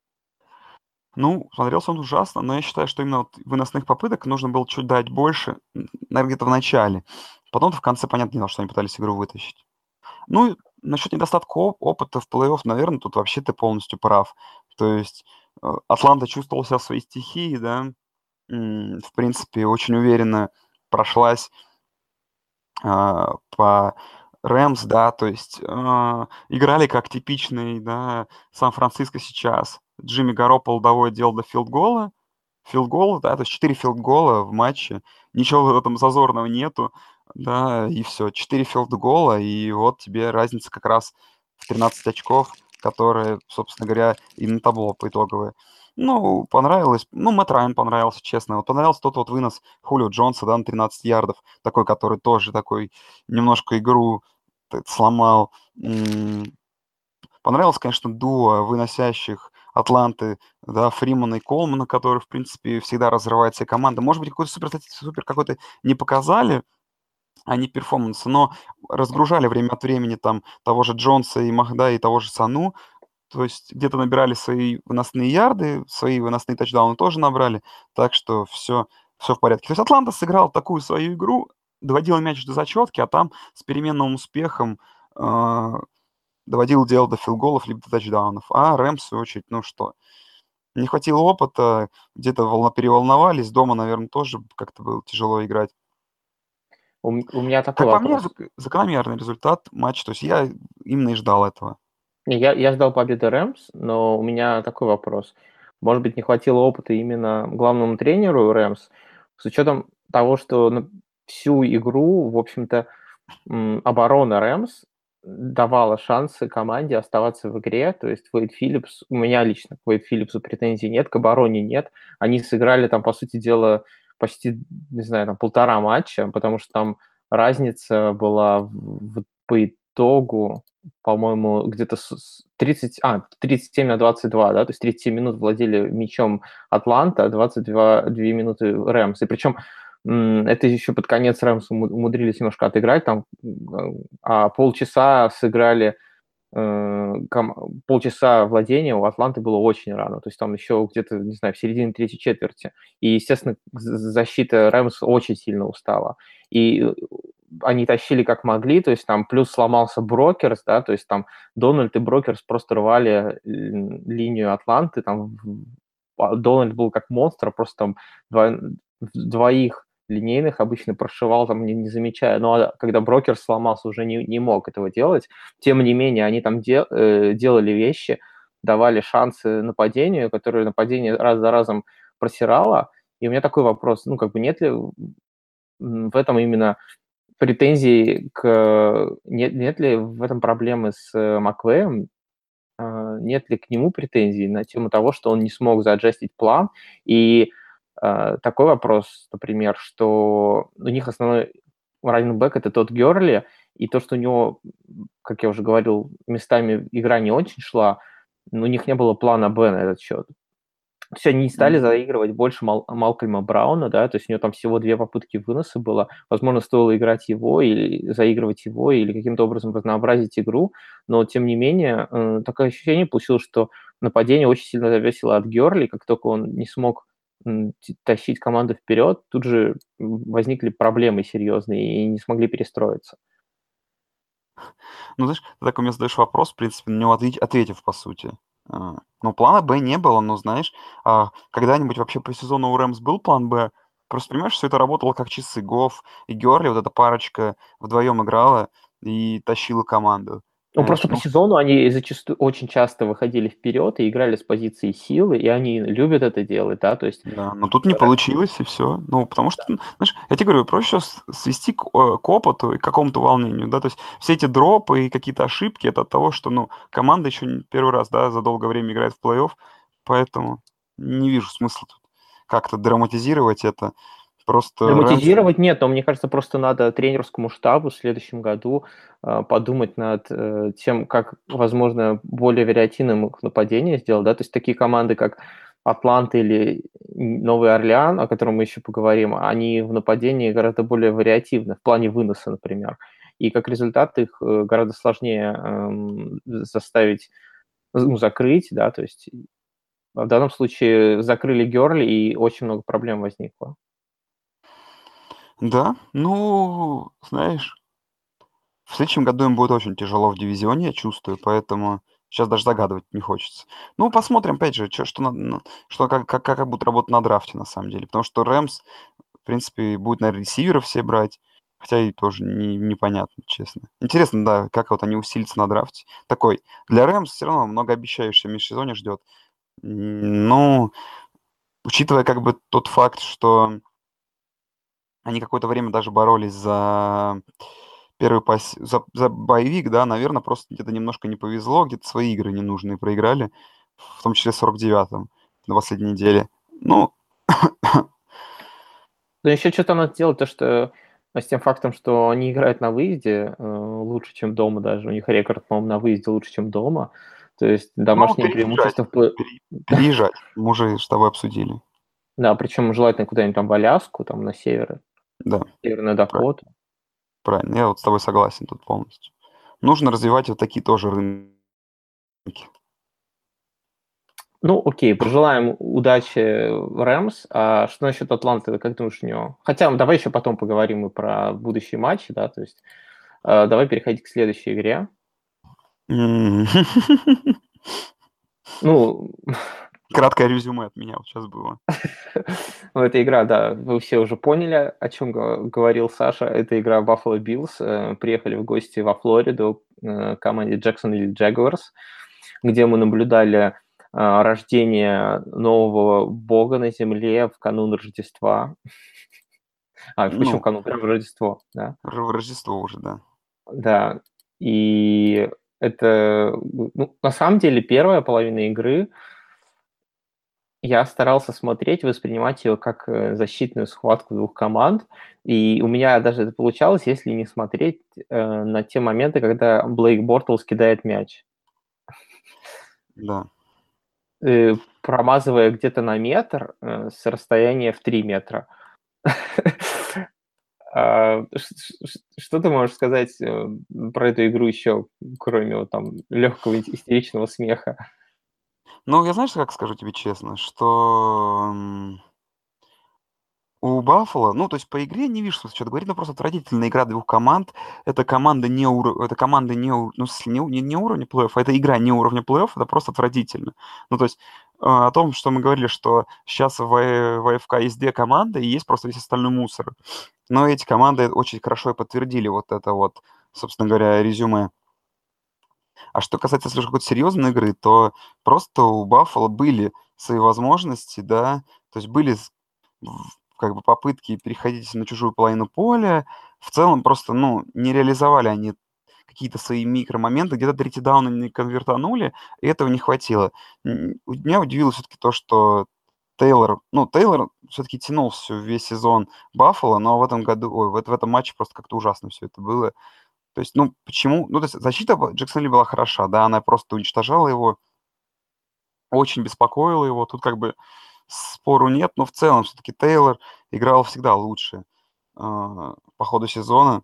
Ну, смотрелся он ужасно, но я считаю, что именно вот выносных попыток нужно было чуть дать больше, наверное, где-то в начале. Потом в конце, понятное дело, что они пытались игру вытащить. Ну, и насчет недостатка оп- опыта в плей-офф, наверное, тут вообще ты полностью прав. То есть э, Атланта чувствовала себя в своей стихии, да, м, в принципе, очень уверенно прошлась а, по Рэмс, да, то есть а, играли как типичный, да, Сан-Франциско сейчас. Джимми Гарополо доводит дело до филд-гола, филд-гол, да, то есть четыре филд-гола в матче, ничего в этом зазорного нету, да, и все, четыре филд-гола, и вот тебе разница как раз в тринадцать очков, которые, собственно говоря, и на табло по итоговое. Ну, понравилось, ну, Мэтт Райан понравился, честно, вот понравился тот вот вынос Хулио Джонса, да, на тринадцать ярдов, такой, который тоже такой немножко игру т- сломал. М, Понравилось, конечно, дуо выносящих Атланты, да, Фримана и Колмана, который, в принципе, всегда разрывает все команды. Может быть, какой-то супер, супер какой-то не показали, а не перформансы, но разгружали время от времени там того же Джонса и Махда, и того же Сану. То есть где-то набирали свои выносные ярды, свои выносные тачдауны тоже набрали. Так что все, все в порядке. То есть Атланта сыграл такую свою игру, доводила мяч до зачетки, а там с переменным успехом э, доводил дело до филголов либо до тачдаунов. А Рэмс, в свою очередь, ну что, не хватило опыта, где-то волна переволновались, дома, наверное, тоже как-то было тяжело играть. У, у меня такой Как по мне, вопрос. зак- закономерный результат матча. То есть я именно и ждал этого. Не, Я, я ждал победы Рэмс, но у меня такой вопрос. Может быть, не хватило опыта именно главному тренеру Рэмс, с учетом того, что на всю игру, в общем-то, м, оборона Рэмс давала шансы команде оставаться в игре. То есть Уэйд Филлипс, у меня лично к Уэйд Филлипсу претензий нет, к обороне нет. Они сыграли там, по сути дела, почти, не знаю, там полтора матча, потому что там разница была в, в- по итогу, по-моему, где-то с- с тридцать, а, тридцать семь на двадцать два, да, то есть тридцать семь минут владели мячом Атланта, двадцать два две минуты Рэмс. И причем м, это еще под конец Рэмс уму- умудрились немножко отыграть, там а полчаса сыграли, э, ком- полчаса владения у Атланты было очень рано, то есть там еще где-то, не знаю, в середине третьей четверти. И, естественно, з- защита Рэмс очень сильно устала. И э, они тащили как могли, то есть там плюс сломался Брокерс, да, то есть там Дональд и Брокерс просто рвали м, линию Атланты, там в- а Дональд был как монстр, просто там два- двоих линейных обычно прошивал, там, не, не замечая. Но а когда брокер сломался, уже не, не мог этого делать. Тем не менее, они там де, э, делали вещи, давали шансы нападению, которое нападение раз за разом просирало. И у меня такой вопрос, ну, как бы нет ли в этом именно претензий к... Нет, нет ли в этом проблемы с э, Маквеем? А, нет ли к нему претензий на тему того, что он не смог зааджастить план? И а, такой вопрос, например, что у них основной раннинг-бэк — это тот Герли, и то, что у него, как я уже говорил, местами игра не очень шла, у них не было плана Б на этот счет. То есть они не стали Мгм. заигрывать больше Мал Малкольма Брауна, да, то есть у него там всего две попытки выноса было. Возможно, стоило играть его или заигрывать его, или каким-то образом разнообразить игру, но тем не менее, э, такое ощущение получилось, что нападение очень сильно зависело от Гёрли. Как только он не смог, м, т тащить команду вперед, тут же, м, возникли проблемы серьезные и не смогли перестроиться. Ну, знаешь, ты такой мне задаешь вопрос, в принципе, на него ответь ответив, по сути. А, ну, плана Б не было, но, знаешь, а когда-нибудь вообще по сезону у Рэмс был план Б? Просто понимаешь, все это работало как часы. Гофф и Гёрли, вот эта парочка вдвоем играла и тащила команду. Ну, Знаешь, просто по ну сезону они зачастую очень часто выходили вперед и играли с позиции силы, и они любят это делать, да, то есть да, но тут не получилось, и все. Ну, потому что, ну, знаешь, я тебе говорю, проще с свести к, э, к опыту и к какому-то волнению, да. То есть все эти дропы и какие-то ошибки — это от того, что, ну, команда еще не первый раз, да, за долгое время играет в плей-офф, поэтому не вижу смысла тут как-то драматизировать это. Просто Рэмс. драматизировать нет, но мне кажется, просто надо тренерскому штабу в следующем году э, подумать над э, тем, как, возможно, более вариативным их нападение сделать, да, то есть такие команды, как Атланта или Новый Орлеан, о котором мы еще поговорим, они в нападении гораздо более вариативны, в плане выноса, например. И как результат их э, гораздо сложнее эм, заставить, ну, закрыть, да, то есть в данном случае закрыли Герли, и очень много проблем возникло. Да, ну, знаешь, в следующем году им будет очень тяжело в дивизионе, я чувствую, поэтому сейчас даже загадывать не хочется. Ну, посмотрим, опять же, чё что на на что как как как будут работать на драфте, на самом деле. Потому что Рэмс, в принципе, будет, наверно, ресиверов все брать, хотя и тоже не непонятно, честно. Интересно, да, как вот они усилятся на драфте. Такой для Рэмс все равно многообещающее межсезонье ждет. М, ну, учитывая как бы тот факт, что они какое-то время даже боролись за первый пас за за боевик, да, наверно, просто где-то немножко не повезло, где-то свои игры ненужные проиграли, в том числе сорок девятом на последней неделе. Ну, Но еще что-то надо сделать, то, что э, с тем фактом, что они играют на выезде э, лучше, чем дома даже. У них рекорд, по-моему, на выезде лучше, чем дома. То есть ну, домашнее переезжать, преимущество в плей. пере переезжать. Мы уже с тобой обсудили. Да, причем желательно куда-нибудь там в Аляску, там на север, Да, Северную правильно, Дакоту. правильно. Я вот с тобой согласен тут полностью. Нужно развивать вот такие тоже рынки. Ну, окей, пожелаем удачи Рэмс. А что насчет Атланты? Как думаешь, у него? Хотя, давай еще потом поговорим и про будущие матчи, да, то есть э, давай переходить к следующей игре. М. Ну, Краткое резюме от меня вот щас было. ну, эта игра, да, вы все уже поняли, о чем говорил Саша. Это игра Buffalo Bills. Э, приехали в гости во Флориду э, к команде Jacksonville Jaguars, где мы наблюдали э, рождение нового бога на земле в канун Рождества. А, почему в Ну, канун? Прям в Рождество, да. Р Рождество уже, да. Да, и это, ну, на самом деле, первая половина игры я старался смотреть, воспринимать ее как, э, защитную схватку двух команд. И у меня даже это получалось, если не смотреть, э, на те моменты, когда Блейк Бортлс кидает мяч, Да. э, промазывая где-то на метр, э, с расстояния в три метра. А, ш ш что ты можешь сказать, э, про эту игру еще, кроме вот там легкого истеричного смеха? Ну, я знаешь, как скажу тебе честно, что, м, у Баффало, ну, то есть по игре не вижу смысла чё-то говорить, но просто отвратительная игра двух команд. Это команда не уро это команда не у ну, в смысле, не у не не уровня плей-офф, а это игра не уровня плей-офф, это просто отвратительно. Ну, то есть, э, о том, что мы говорили, что сейчас в э в АФК есть две команды и есть просто весь остальной мусор. Но эти команды очень хорошо и подтвердили вот это вот, собственно говоря, резюме. А что касается, если уж какой-то серьезной игры, то просто у Баффало были свои возможности, да, то есть были с в как бы попытки переходить на чужую половину поля. В целом просто, ну, не реализовали они какие-то свои микромоменты, где-то третий даун не конвертанули, и этого не хватило. М, у меня удивило все таки то, что Тейлор, ну, Тейлор все таки тянул всю весь сезон Баффало, но в этом году, ой, в эт в этом матче просто как-то ужасно все это было. То есть, ну, почему? Ну, то есть защита б Джексонвилля была хороша, да, она просто уничтожала его. очень беспокоило его. Тут как бы спору нет, но в целом все-таки Тейлор играл всегда лучше а, по ходу сезона.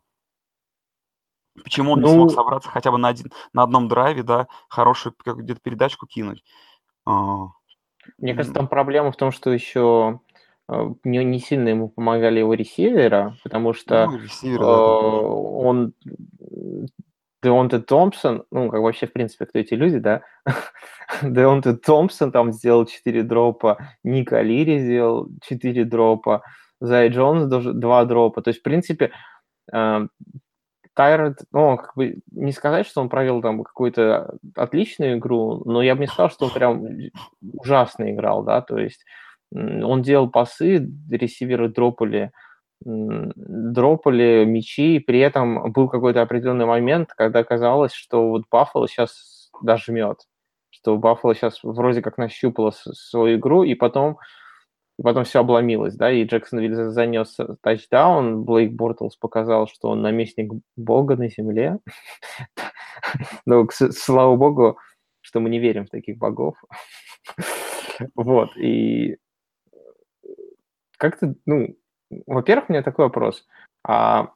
Почему он не смог Ну, собраться хотя бы на, один, на одном драйве, да, хорошую как где-то передачку кинуть? А, мне кажется, м, там проблема в том, что еще э, не, не сильно ему помогали его ресивера, потому что ну, и э, ресивер, да, там тоже. он м, Деонте Томпсон, ну, как вообще, в принципе, кто эти люди, да? Деонте Томпсон там сделал четыре дропа, Ник Алири сделал четыре дропа, Зай Джонс даже два дропа. То есть, в принципе, э, Тайрон, ну, как бы не сказать, что он провел там какую-то отличную игру, но я бы не сказал, что он прям ужасно играл, да, то есть м, он делал пасы, ресиверы дропали, м, дропали мячи, и при этом был какой-то определенный момент, когда казалось, что вот Баффало сейчас дожмет, что Баффало сейчас вроде как нащупало с- свою игру, и потом и потом все обломилось, да, и Джексонвиль за- занес э, тачдаун, Блейк Бортлс показал, что он наместник Бога на земле. Ну, к с- слава богу, что мы не верим в таких богов. Вот, и как ты, ну, во-первых, у меня такой вопрос. А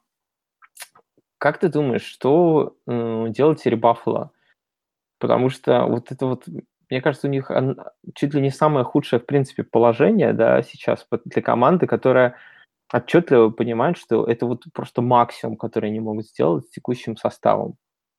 как ты думаешь, что м, делать теперь Баффало? Потому что вот это вот, мне кажется, у них ан- чуть ли не самое худшее, в принципе, положение, да, сейчас вот для команды, которая отчетливо понимают, что это вот просто максимум, который они могут сделать с текущим составом.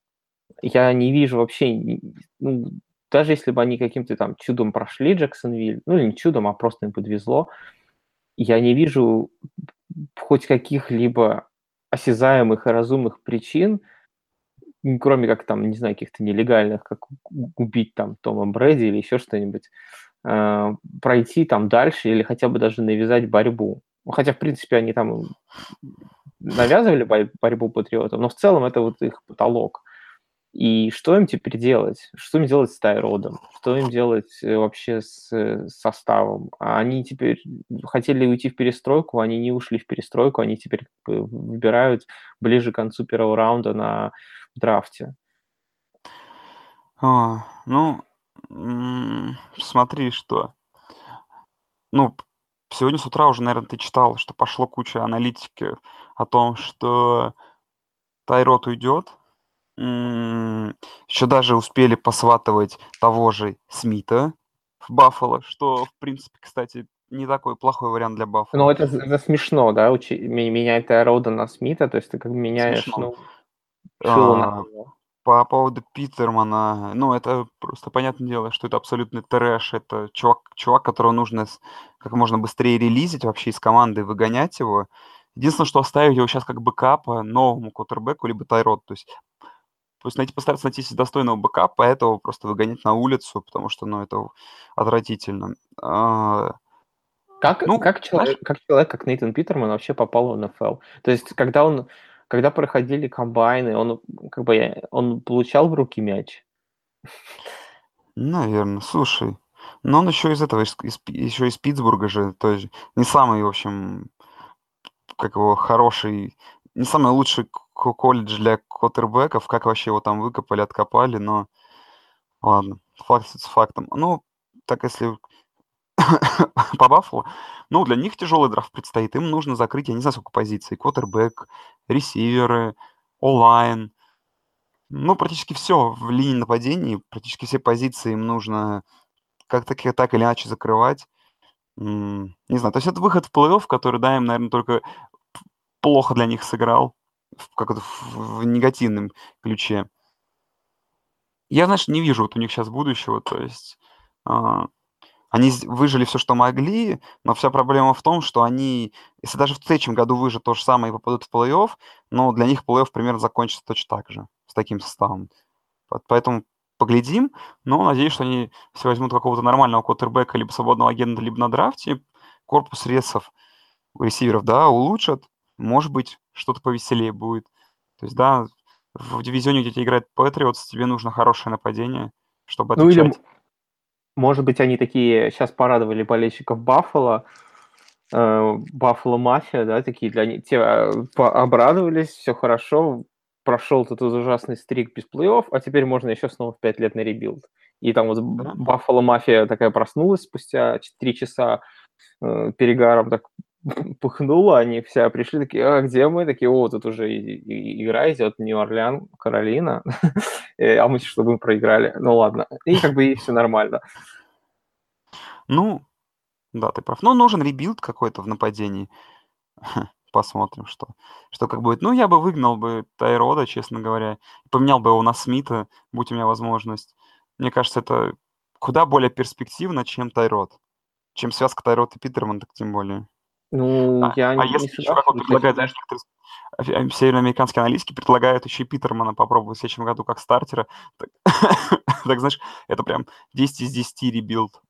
Я не вижу вообще, ни- ну, даже если бы они каким-то там чудом прошли Джексонвиль, ну или не чудом, а просто им подвезло, я не вижу хоть каких-либо осязаемых и разумных причин, м, кроме как там, не знаю, каких-то нелегальных, как у- убить там Тома Брэди или еще что-нибудь, э, пройти там дальше или хотя бы даже навязать борьбу. Ну, хотя, в принципе, они там навязывали бой- борьбу патриотам, но в целом это вот их потолок. И что им теперь делать? Что им делать с Тайродом? Что им делать э, вообще с э, составом? А они теперь хотели уйти в перестройку, они не ушли в перестройку, они теперь как бы выбирают ближе к концу первого раунда на драфте. А, ну, м, смотри, что. Ну, п- сегодня с утра уже, наверное, ты читал, что пошло куча аналитики о том, что Тайрот уйдет. Еще даже успели посватывать того же Смита в Баффало, что, в принципе, кстати, не такой плохой вариант для Ну, Баффало. это, это смешно, да, учи- ме- менять Тайрода на Смита, то есть ты как бы меняешь, Смешно. ну, шило на А, мыло. По поводу Питермана, ну, это просто понятное дело, что это абсолютный трэш. Это чувак, чувак, которого нужно с- как можно быстрее релизить вообще из команды, выгонять его. Единственное, что оставить его сейчас как бэкапа новому квотербеку, либо Тайрот. То есть, то есть найти, постараться найти себе достойного бэкапа, а этого просто выгонять на улицу, потому что, ну, это отвратительно. А, Как, ну, как, знаешь, человек, как человек, как Нейтан Питерман вообще попал в эн эф эл? То есть, когда он, когда проходили комбайны, он как бы я- он получал в руки мяч. наверное, слушай, но он еще из этого, из, из Пи- еще из Питтсбурга же, то есть не самый, в общем, как его, хороший, не самый лучший к- колледж для квотербеков, как вообще его там выкопали, откопали, но ладно, факт с фактом. Ну, так если по Баффалу, ну, для них тяжелый драфт предстоит, им нужно закрыть, я не знаю, сколько позиций, квотербек, ресиверы, онлайн, ну, практически все в линии нападений, практически все позиции им нужно как-то ки- так или иначе закрывать. М, Не знаю, то есть это выход в плей-офф, который, да, им, наверное, только плохо для них сыграл, в как это, в в негативном ключе. Я, знаешь, не вижу вот у них сейчас будущего. То есть, а, они з выжили все, что могли, но вся проблема в том, что они, если даже в следующем году выживут то же самое и попадут в плей-офф, но для них плей-офф примерно закончится точно так же, с таким составом. Пот поэтому поглядим, но надеюсь, что они все возьмут какого-то нормального квотербека либо свободного агента, либо на драфте. Корпус ресов у ресиверов, да, улучшат. Может быть, что-то повеселее будет. То есть, да, в дивизионе, где тебе играет Патриотс, тебе нужно хорошее нападение, чтобы Ну или, м- отвечать. может быть, они такие сейчас порадовали болельщиков Баффало, э, Баффало Мафия, да, такие для них, те э, по- обрадовались, все хорошо, прошел тут этот ужасный стрик без плей-офф, а теперь можно еще снова в пять лет на ребилд. И там вот Да. Баффало Мафия такая проснулась спустя три часа э, перегаром, так пыхнула, они все пришли, такие, а где мы? Такие, о, тут уже и- и- игра идет, Нью-Орлеан, Каролина, Э, а мы чтобы мы проиграли. Ну ладно, и как бы и все нормально. Ну, да, ты прав. Ну, нужен ребилд какой-то в нападении. Посмотрим, что, что как будет. Ну, я бы выгнал бы Тайрода, честно говоря. Поменял бы его на Смита, будь у меня возможность. Мне кажется, это куда более перспективно, чем Тайрод. Чем связка Тайрод и Питерман, так тем более. Ну, А, я а не если еще, как он согласен. То есть, предлагает, знаешь, некоторые с- а, североамериканские аналитики предлагают еще и Питермана попробовать в следующем году как стартера, так, так, знаешь, это прям десять из десяти ребилд.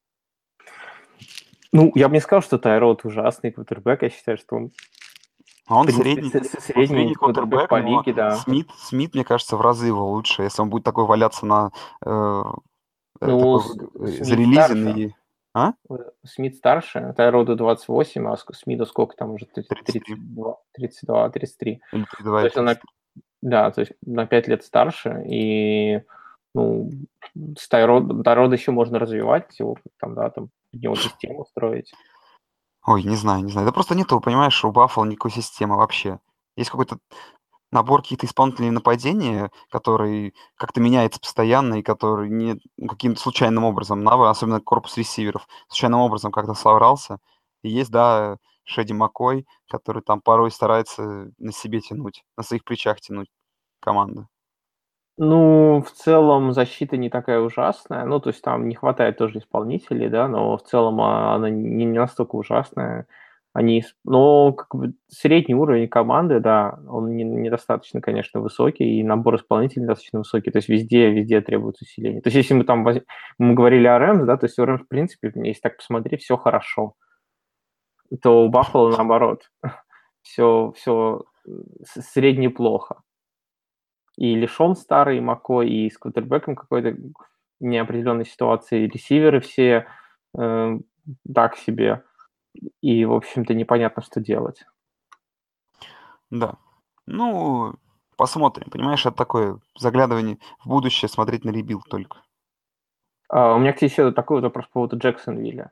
ну, я бы не сказал, что Тайрод ужасный квотербек. Я считаю, что он, А в он принципе, средний, с- с- он средний средний квотербек квотербек, по но лиге, да. Смит, Смит, мне кажется, в разы его лучше, если он будет такой валяться на э, э, Ну, такой С- вы- э, Смит зарелизенный. старше. и- А? Э, Смит старше. Тайроду двадцать восемь, а Ск- Смиту сколько там уже? тридцать три. тридцать два, тридцать два, тридцать три. Или тридцать два, То или есть он на, тридцать три. да, то есть на пять лет старше. И, ну, с Тайрод, Тайрода еще можно развивать, его там, да, там, под него систему строить. Ой, не знаю, не знаю. Да просто нету, понимаешь, у Баффало никакой системы вообще. Есть какой-то набор каких-то исполнителей нападения, который как-то меняется постоянно и который не ну, каким-то случайным образом, на- особенно корпус ресиверов, случайным образом как-то собрался. И есть, да, Шеди Маккой, который там порой старается на себе тянуть, на своих плечах тянуть команду. Ну, в целом защита не такая ужасная. Ну, то есть там не хватает тоже исполнителей, да, но в целом а, она не, не настолько ужасная. Они, с- но как бы средний уровень команды, да, он не- недостаточно, конечно, высокий, и набор исполнителей недостаточно высокий. То есть везде, везде требуется усиление. То есть если мы там воз- мы говорили о Рэмс, да, то есть у Рэмс, в принципе, если так посмотреть, все хорошо. То у Баффало наоборот. Все, все средне плохо. И Лишон старый, и Маккой, и с квотербеком какой-то неопределенной ситуации. И ресиверы все э, так себе. И, в общем-то, непонятно, что делать. Да. Ну, посмотрим. Понимаешь, это такое заглядывание в будущее, смотреть на ребилд только. А, у меня, кстати, еще такой вот вопрос по поводу Джексонвилля.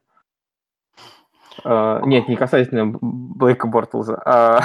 А, нет, не касательно Б- Блейка Бортлза. А,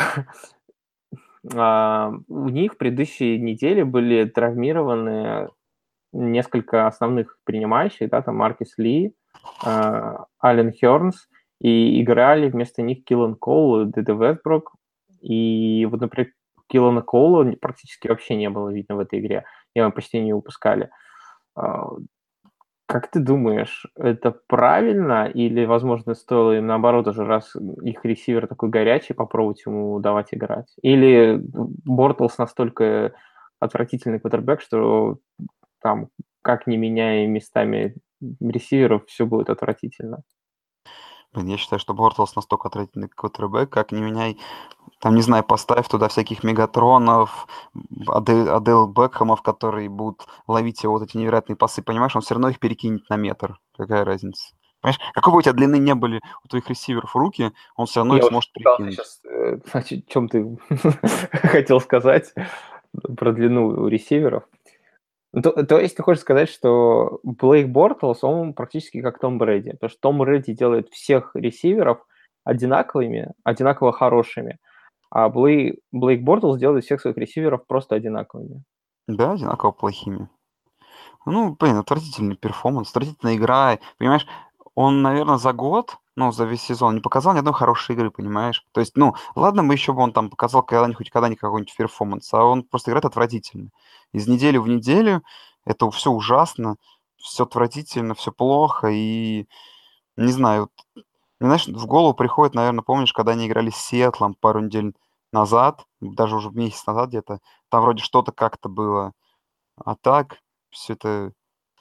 а, у них в предыдущей неделе были травмированы несколько основных принимающих, да, там Маркис Ли, э, Ален Хёрнс, и играли вместо них Киллан Коул и Дэдэ Вестбрук. И вот, например, Киллана Коула не- практически вообще не было видно в этой игре. Его почти не выпускали. А, Как ты думаешь, это правильно или, возможно, стоило им наоборот уже, раз их ресивер такой горячий, попробовать ему давать играть? Или Бортлс настолько отвратительный квотербек, что там, как не меняя местами ресиверов, все будет отвратительно. Блин, я считаю, что Бортлс настолько отвратительный квотербек, как не меняй, там, не знаю, поставь туда всяких Мегатронов, Адель, Адел Бекхэмов, которые будут ловить его вот эти невероятные пасы, понимаешь, он все равно их перекинет на метр. Какая разница? Понимаешь, какой бы у тебя длины не были у твоих ресиверов руки, он все равно их Я уже сможет пытался перекинуть. сейчас, э, о чем ты хотел сказать про длину у ресиверов. Ну, То, то есть ты хочешь сказать, что Блейк Бортлс, он практически как Том Брэди, потому что Том Брэди делает всех ресиверов одинаковыми, одинаково хорошими, а Блей, Блейк Бортлс делает всех своих ресиверов просто одинаковыми. Да, одинаково плохими. Ну, блин, отвратительный перформанс, отвратительная игра. Понимаешь, он, наверное, за год, ну, за весь сезон не показал ни одной хорошей игры, понимаешь? То есть, ну, ладно бы еще бы он там показал когда-нибудь, хоть когда-нибудь какой-нибудь перформанс, а он просто играет отвратительно. Из недели в неделю это все ужасно, все отвратительно, все плохо, и, не знаю, вот, мне, знаешь, в голову приходит, наверное, помнишь, когда они играли с Сиэтлом пару недель назад, даже уже месяц назад где-то, там вроде что-то как-то было, а так все это,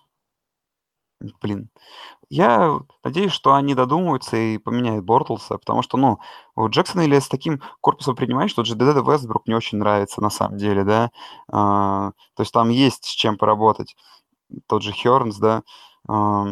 блин. Я надеюсь, что они додумаются и поменяют Бортлса, потому что, ну, у Джексона или с таким корпусом принимаешь, тот же Дэдэ Вестбрук мне очень нравится на самом деле, да. А, то есть там есть с чем поработать. Тот же Хёрнс, да. А,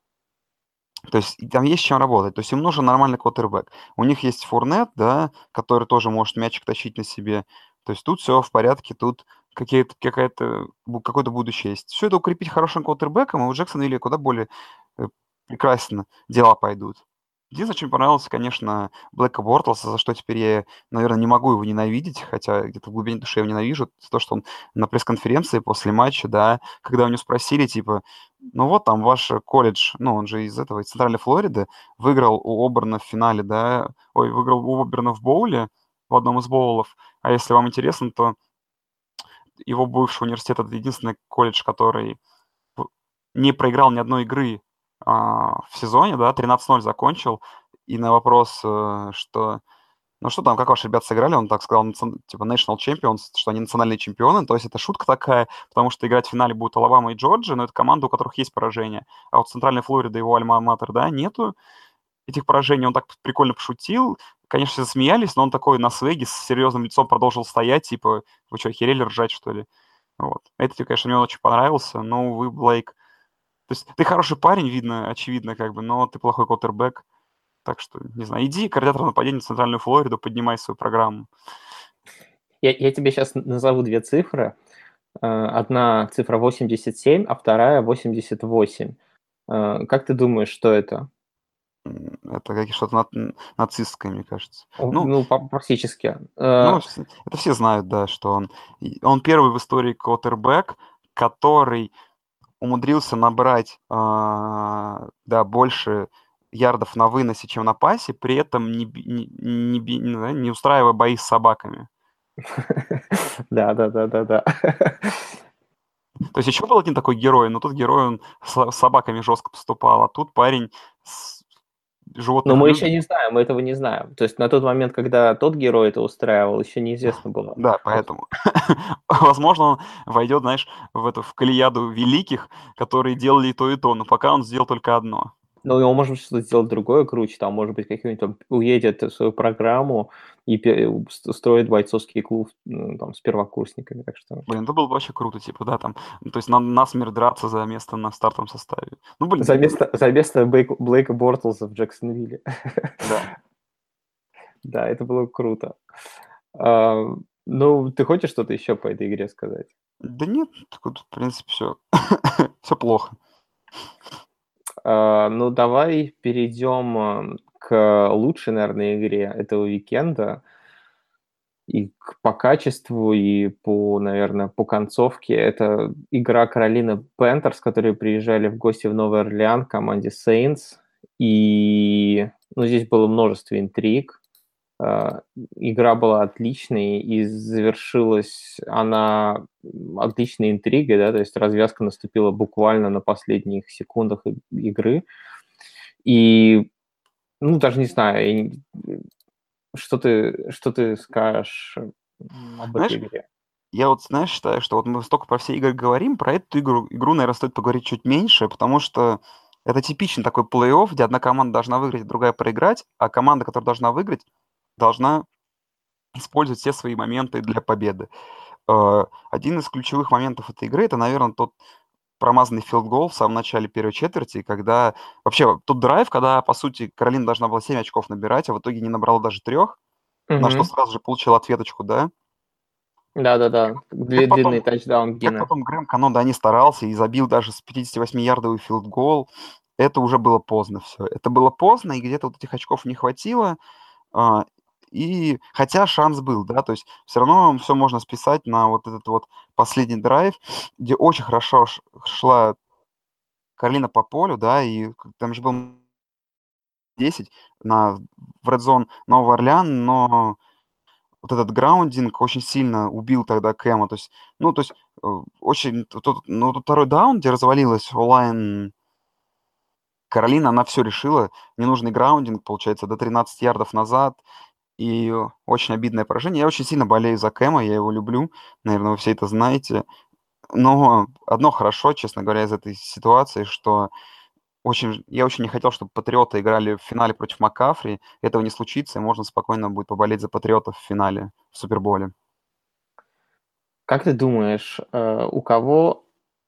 то есть и там есть с чем работать. То есть им нужен нормальный квотербек. У них есть Фурнет, да, который тоже может мячик тащить на себе. То есть тут все в порядке, тут какие-то, какая-то, бу- какое-то будущее есть. Все это укрепить хорошим квотербеком, и у Джексонвилля куда более э, прекрасно дела пойдут. Единственное, что мне понравилось, конечно, Блэка Бортлса, за что теперь я, наверное, не могу его ненавидеть, хотя где-то в глубине души я его ненавижу, это то, что он на пресс-конференции после матча, да, когда у него спросили, типа, ну вот там ваш колледж, ну он же из этого, из Центральной Флориды, выиграл у Оберна в финале, да, ой, выиграл у Оберна в боуле, в одном из боулов, а если вам интересно, то его бывший университет — это единственный колледж, который в- не проиграл ни одной игры а, в сезоне, да, тринадцать ноль закончил, и на вопрос, э, что, ну что там, как ваши ребята сыграли, он так сказал, национ- типа, National Champions, что они национальные чемпионы, то есть это шутка такая, потому что играть в финале будут Алабама и Джорджия, но это команды, у которых есть поражение, а вот Центральной Флориды, его альма-матер, да, нету этих поражений, он так прикольно пошутил, конечно, все засмеялись, но он такой на свеге с серьезным лицом продолжил стоять, типа, вы что, охерели ржать, что ли? Вот. Это, тебе, конечно, мне очень понравился, но, увы, Блейк, то есть ты хороший парень, видно, очевидно, как бы, но ты плохой квотербек. Так что, не знаю, иди, координатор нападения в Центральную Флориду, поднимай свою программу. Я, я тебе сейчас назову две цифры. Э, Одна цифра восемьдесят семь, а вторая восемьдесят восемь. Э, Как ты думаешь, что это? М, Это как что-то на- н- нацистское, мне кажется. О, Ну, Ну, по- практически. Э, ну, вс- это все знают, да, что он, и- он первый в истории квотербек, который умудрился набрать, а, да, больше ярдов на выносе, чем на пасе, при этом не, би- не, не би- не знаю, не устраивая бои с собаками. Да, да, да, да, да. То есть еще был один такой герой, но тут герой, он с с собаками жестко поступал, а тут парень с- Но животных мы любит. еще не знаем, мы этого не знаем. То есть на тот момент, когда тот герой это устраивал, еще неизвестно было. Да, Вот. поэтому, возможно, он войдет, знаешь, в эту в колеяду великих, которые делали и то, и то, но пока он сделал только одно. Ну, и он может что-то сделать другое круче, там, может быть, какой-нибудь там уедет в свою программу и пе- ст- строит бойцовский клуб ну, там, с первокурсниками, так что Блин, это было бы вообще круто, типа, да, там, ну, то есть на насмерть драться за место на стартовом составе. Ну, за блин, место, за место Бейк- Блейка Бортлса в Джексонвилле. да. Да, это было круто. А, Ну, ты хочешь что-то еще по этой игре сказать? Да нет, так вот, в принципе, все, все плохо. А, Ну, давай перейдем а, к лучшей, наверное, игре этого уикенда. И к по качеству, и по, наверное, по концовке. Это игра Каролины Пантерс, которые приезжали в гости в Новый Орлеан к команде Saints. И, ну, здесь было множество интриг. А, Игра была отличной, и завершилась она отличной интригой, да, то есть развязка наступила буквально на последних секундах и- игры. И, ну, даже не знаю, и, что ты, что ты скажешь м, об этой Знаешь, игре? я вот, знаешь, считаю, что вот мы столько про все игры говорим, про эту игру, игру, наверное, стоит поговорить чуть меньше, потому что это типичный такой плей-офф, где одна команда должна выиграть, другая проиграть, а команда, которая должна выиграть, должна использовать все свои моменты для победы. Э, Один из ключевых моментов этой игры — это, наверное, тот промазанный филд-гол в самом начале первой четверти, когда вообще тот драйв, когда, по сути, Каролина должна была семь очков набирать, а в итоге не набрала даже трех, на что Мгм. сразу же получила ответочку, да. Да-да-да. Дли- Как длинный потом тачдаун как Гина. потом Грэм Канон, да, не старался и забил даже с пятидесятивосьмиярдовый филд-гол, это уже было поздно все. Это было поздно, и где-то вот этих очков не хватило. А, и хотя шанс был, да, то есть все равно все можно списать на вот этот вот последний драйв, где очень хорошо ш шла Каролина по полю, да, и к там же был десять на в Red Zone Нового Орлеана, но вот этот граундинг очень сильно убил тогда Кэма. То есть, ну, то есть, э, очень т тот, ну, тот второй даун, где развалилась онлайн Каролина, она все решила. Ненужный граундинг, получается, до тринадцати ярдов назад. И очень обидное поражение. Я очень сильно болею за Кэма, я его люблю. Наверное, вы все это знаете. Но одно хорошо, честно говоря, из этой ситуации, что очень ж я очень не хотел, чтобы "Патриоты" играли в финале против Маккафри. Этого не случится, и можно спокойно будет поболеть за "Патриотов" в финале, в Суперболе. Как ты думаешь, э, у кого,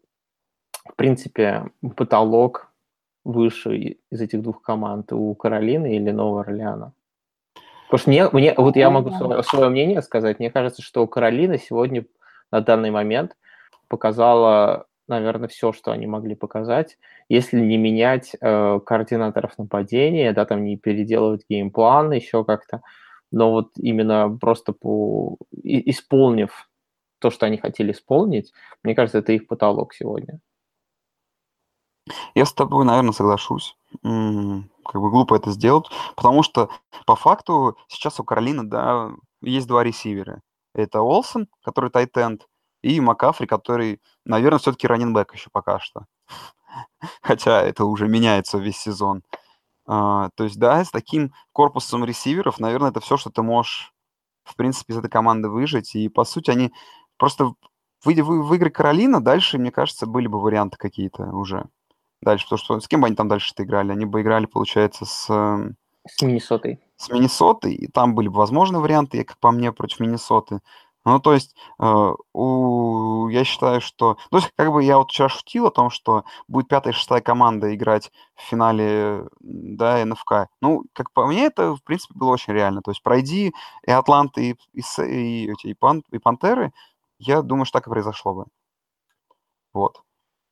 в принципе, потолок выше и- из этих двух команд? У Каролины или Нового Орлеана? Потому что мне, мне вот я могу Ну, свое, свое мнение сказать. Мне кажется, что Каролина сегодня на данный момент показала, наверное, все, что они могли показать. Если не менять э, координаторов нападения, да, там не переделывать геймплан еще как-то, но вот именно просто по и- исполнив то, что они хотели исполнить, мне кажется, это их потолок сегодня. я с тобой, наверное, соглашусь. М, Как бы глупо это сделать, потому что по факту сейчас у Каролины, да, есть два ресивера. Это Олсен, который тайтенд, и Макафри, который, наверное, все-таки раннинбэк еще пока что. Хотя это уже меняется весь сезон. А, то есть, да, с таким корпусом ресиверов, наверное, это все, что ты можешь, в принципе, из этой команды выжить. И, по сути, они просто, выйдя в, в игры Каролина, дальше, мне кажется, были бы варианты какие-то уже. Дальше, потому что с кем бы они там дальше-то играли? Они бы играли, получается, с, эм, С Миннесотой. с Миннесотой, и там были бы возможны варианты, как по мне, против Миннесоты. Ну, то есть, э, у... я считаю, что... То есть, как бы я вот вчера шутил о том, что будет пятая и шестая команда играть в финале, да, эн эф ка. Ну, как по мне, это, в принципе, было очень реально. То есть, пройди и Атланта, и, и, С- и, эти, и, Пан- и Пантеры, я думаю, что так и произошло бы. Вот.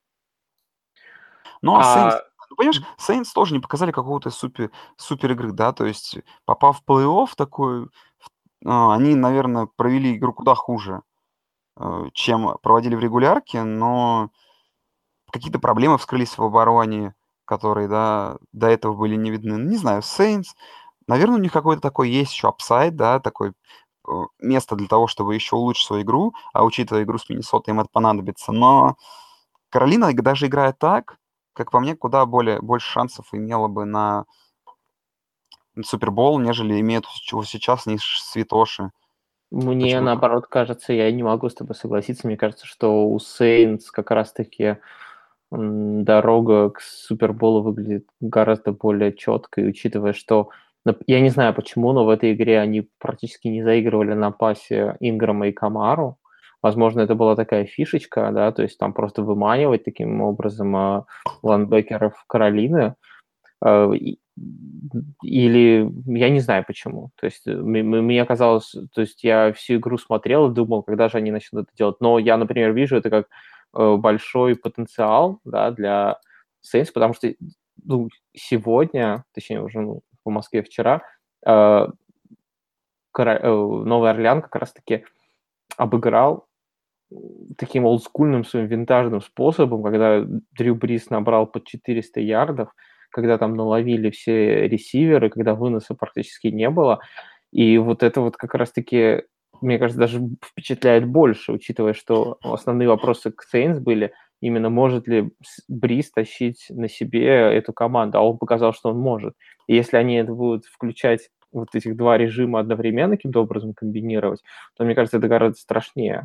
Ну, а Сейнс, А ну, понимаешь, Сейнс тоже не показали какого-то супер, супер игры, да, то есть, попав в плей-офф такой, а, они, наверное, провели игру куда хуже, э, чем проводили в регулярке, но какие-то проблемы вскрылись в обороне, которые, да, до этого были не видны. Ну, не знаю, Сейнс, наверное, у них какой-то такой есть еще апсайд, да, такой э, место для того, чтобы еще улучшить свою игру, а учитывая игру с Миннесотой, им это понадобится. Но Каролина, даже играя так, как по мне, куда более, больше шансов имела бы на Супербол, нежели имеют чего сейчас не Святоши. мне, Почему? наоборот, кажется, я не могу с тобой согласиться. Мне кажется, что у Сейнс как раз-таки м, дорога к Суперболу выглядит гораздо более четкой, учитывая, что нап- я не знаю почему, но в этой игре они практически не заигрывали на пасе Инграма и Камару. Возможно, это была такая фишечка, да, то есть там просто выманивать таким образом а, лайнбекеров Каролины. Э, и- Или я не знаю почему. То есть э, м- м- мне казалось, то есть я всю игру смотрел и думал, когда же они начнут это делать. Но я, например, вижу это как э, большой потенциал, да, для Saints, потому что ну, сегодня, точнее уже ну, по Москве вчера, э, Кара- э, Новый Орлеан как раз-таки обыграл таким олдскульным своим винтажным способом, когда Дрю Брис набрал под четыреста ярдов, когда там наловили все ресиверы, когда выноса практически не было. И вот это вот как раз-таки, мне кажется, даже впечатляет больше, учитывая, что основные вопросы к Сейнс были именно может ли с- Бриз тащить на себе эту команду, а он показал, что он может. И если они это будут включать вот этих два режима одновременно каким-то образом комбинировать, то, мне кажется, это гораздо страшнее.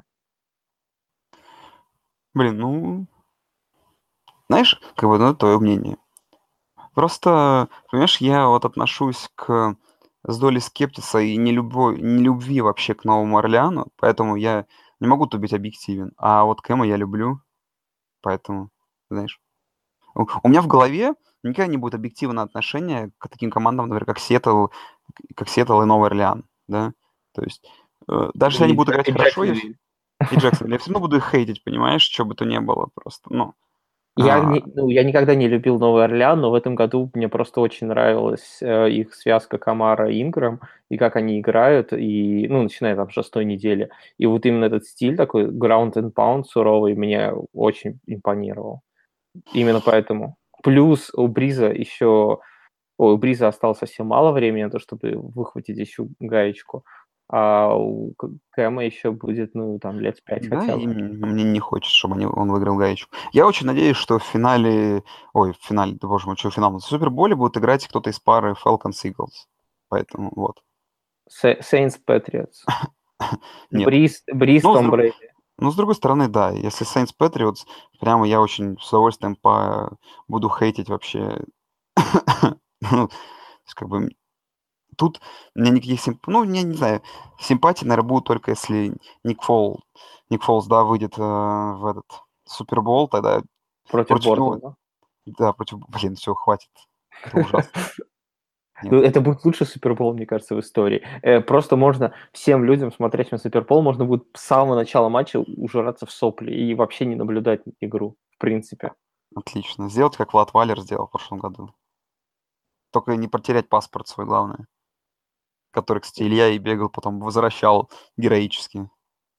Блин, ну, знаешь, как бы, ну, это твое мнение. Просто, понимаешь, я вот отношусь к с долей скептиса и нелюбой, нелюбви вообще к Новому Орлеану, поэтому я не могу тут быть объективен. А вот Кэма я люблю, поэтому, знаешь. У, у меня в голове никогда не будет объективное отношение к таким командам, например, как Сиэтл, как Сиэтл и Новый Орлеан, да. То есть, э, даже если они И, будут Дж- играть и хорошо, я, вс- Джексонвиль. и Джексон, я все равно буду их хейтить, понимаешь, что бы то ни было просто, ну. Я, а, не, ну, я никогда не любил Новый Орлеан, но в этом году мне просто очень нравилась э, их связка Камара и Инграм, и как они играют, и, ну, начиная там с шестой недели. И вот именно этот стиль такой ground and pound суровый мне очень импонировал. Именно поэтому. Плюс у Бриза еще... Ой, у Бриза осталось совсем мало времени на то, чтобы выхватить еще гаечку, а у К- Кэма еще будет, ну, там, лет пять Да, хотя бы. и м- мне не хочется, чтобы они, он выиграл гаечку. Я очень надеюсь, что в финале, ой, в финале, да боже мой, что в финале, в Суперболе будет играть кто-то из пары Falcons Eagles. Поэтому вот. Са- Saints Patriots. Нет. Бриз, Бриз, Ну, с, Том друг- Брейди. ну, с другой стороны, да, если Saints Patriots, прямо я очень с удовольствием по... буду хейтить вообще. Ну, то есть, как бы, м, тут у меня никаких симп... ну, я не знаю, симпатии, наверное, будут только если Ник Фол, Ник Фолс, да, выйдет э, в этот Супербол, тогда Против против него. Бортланда. Да, против... Блин, все, хватит. Это ужасно. Нет. Ну, это будет лучший Супербол, мне кажется, в истории. Э, просто можно всем людям смотреть на Супербол, можно будет с самого начала матча ужираться в сопли и вообще не наблюдать игру, в принципе. Отлично. Сделать, как Влад Валер сделал в прошлом году. Только не потерять паспорт свой, главное. Который, кстати, Илья и бегал, потом возвращал героически.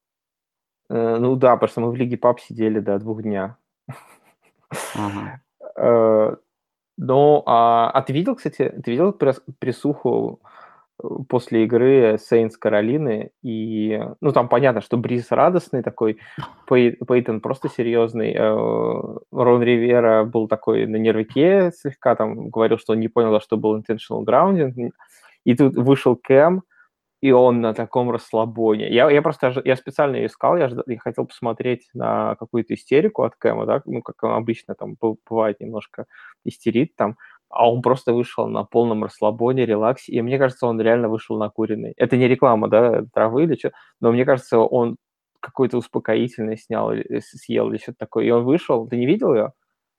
Э, ну да, потому что мы в Лиге Пап сидели до двух дня. Ага. Э, Ну, а, а ты видел, кстати, ты видел пресс- прессуху э, после игры Сейнс Каролины? И, ну, там понятно, что Бриз радостный такой, Пей- Пейтон просто серьезный. э, Рон Ривера был такой на нервике слегка, там говорил, что он не понял, что был intentional grounding. И тут вышел Кэм, и он на таком расслабоне. Я, я просто ожи- я специально ее искал, я, жда- я хотел посмотреть на какую-то истерику от Кэма, да, ну, как он обычно там б- бывает, немножко истерит там, а он просто вышел на полном расслабоне, релаксе, и мне кажется, он реально вышел накуренный. Это не реклама, да, травы или что, но мне кажется, он какое-то успокоительное снял, или э, с- съел или что-то такое, и он вышел, ты не видел ее?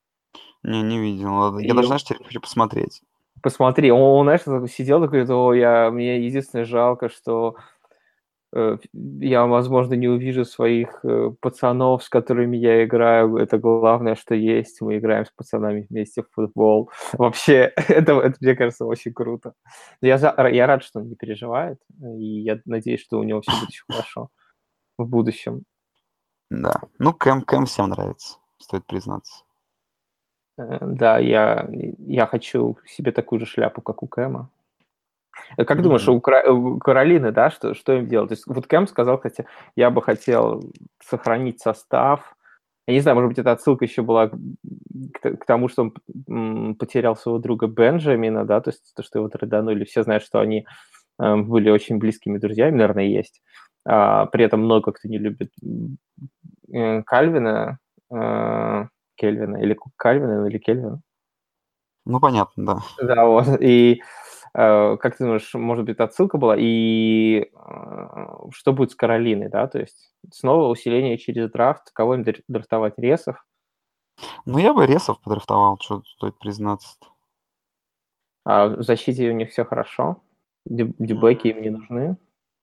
Не, не видел. Ладно. Я И даже, знаешь, теперь хочу посмотреть. посмотри, он, он, знаешь, такой сидел такой, о, я, мне единственное жалко, что э, я, возможно, не увижу своих э, пацанов, с которыми я играю. Это главное, что есть. Мы играем с пацанами вместе в футбол. Вообще, это, это мне кажется, очень круто. Я, за, я рад, что он не переживает, и я надеюсь, что у него все будет еще хорошо в будущем. Да. Ну, Кэм, Кэм всем нравится, стоит признаться. Э, Да, я, я хочу себе такую же шляпу, как у Кэма. Э, Как думаешь, Мгм. у, Кра- у Каролины, да, что, что им делать? То есть вот Кэм сказал, кстати, я бы хотел сохранить состав. Я не знаю, может быть, эта отсылка еще была к, к- к тому, что он м, потерял своего друга Бенджамина, да, то есть то, что его траданули. Все знают, что они э, были очень близкими друзьями, наверное, и есть. А, при этом много кто не любит м, э, Кальвина, э, Кельвина, или Кальвина, или Кельвина. Ну, понятно, да. Да, вот. И э, как ты думаешь, может быть, это отсылка была? И э, что будет с Каролиной, да? То есть снова усиление через драфт. Кого им др- драфтовать? Ресов? Ну, я бы Ресов подрафтовал, что стоит признаться. А в защите у них все хорошо. Дю- Дюбеки им не нужны.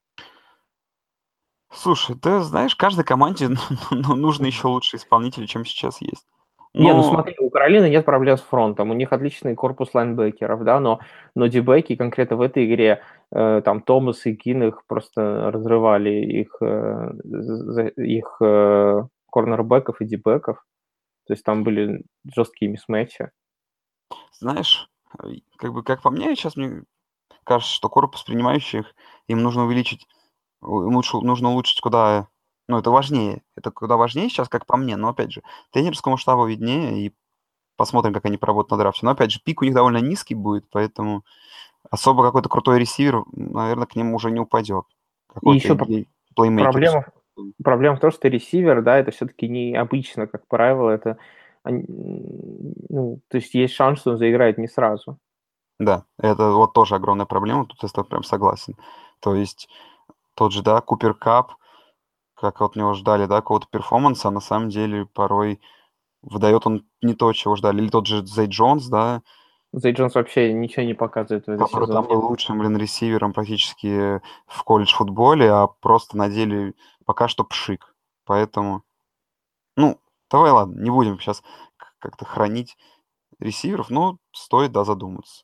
Слушай, ты знаешь, каждой команде ну, нужны еще лучшие исполнители, чем сейчас есть. Не, ну Но, смотри, у Каролины нет проблем с фронтом, у них отличный корпус лайнбекеров, да, но, но дебеки конкретно в этой игре, э, там Томас и Кин их просто разрывали, их, э, за- их э, корнербеков и дебеков, то есть там были жесткие мисс-матчи. знаешь, э, как бы, как по мне, сейчас мне кажется, что корпус принимающих им нужно увеличить, у- им лучше, нужно улучшить куда, ну, это важнее, это куда важнее сейчас, как по мне, но, опять же, тренерскому штабу виднее, и посмотрим, как они поработают на драфте. Но, опять же, пик у них довольно низкий будет, поэтому особо какой-то крутой ресивер, наверное, к ним уже не упадет. И Какой-то еще п- гей- плеймейкер. проблема, проблема в том, что ресивер, да, это все-таки не обычно, как правило, это, они- ну, то есть есть шанс, что он заиграет не сразу. Да, это вот тоже огромная проблема, тут я с тобой прям согласен. То есть тот же, да, Купер Кап, как от него ждали, да, какого-то перформанса, а на самом деле порой выдает он не то, чего ждали. Или тот же Зей Джонс, да, Зей Джонс вообще ничего не показывает в этом который там сезоне. был лучшим, блин, ресивером практически в колледж-футболе, а просто на деле пока что пшик. Поэтому, ну, давай, ладно, не будем сейчас как-то хранить ресиверов, но стоит, да, задуматься.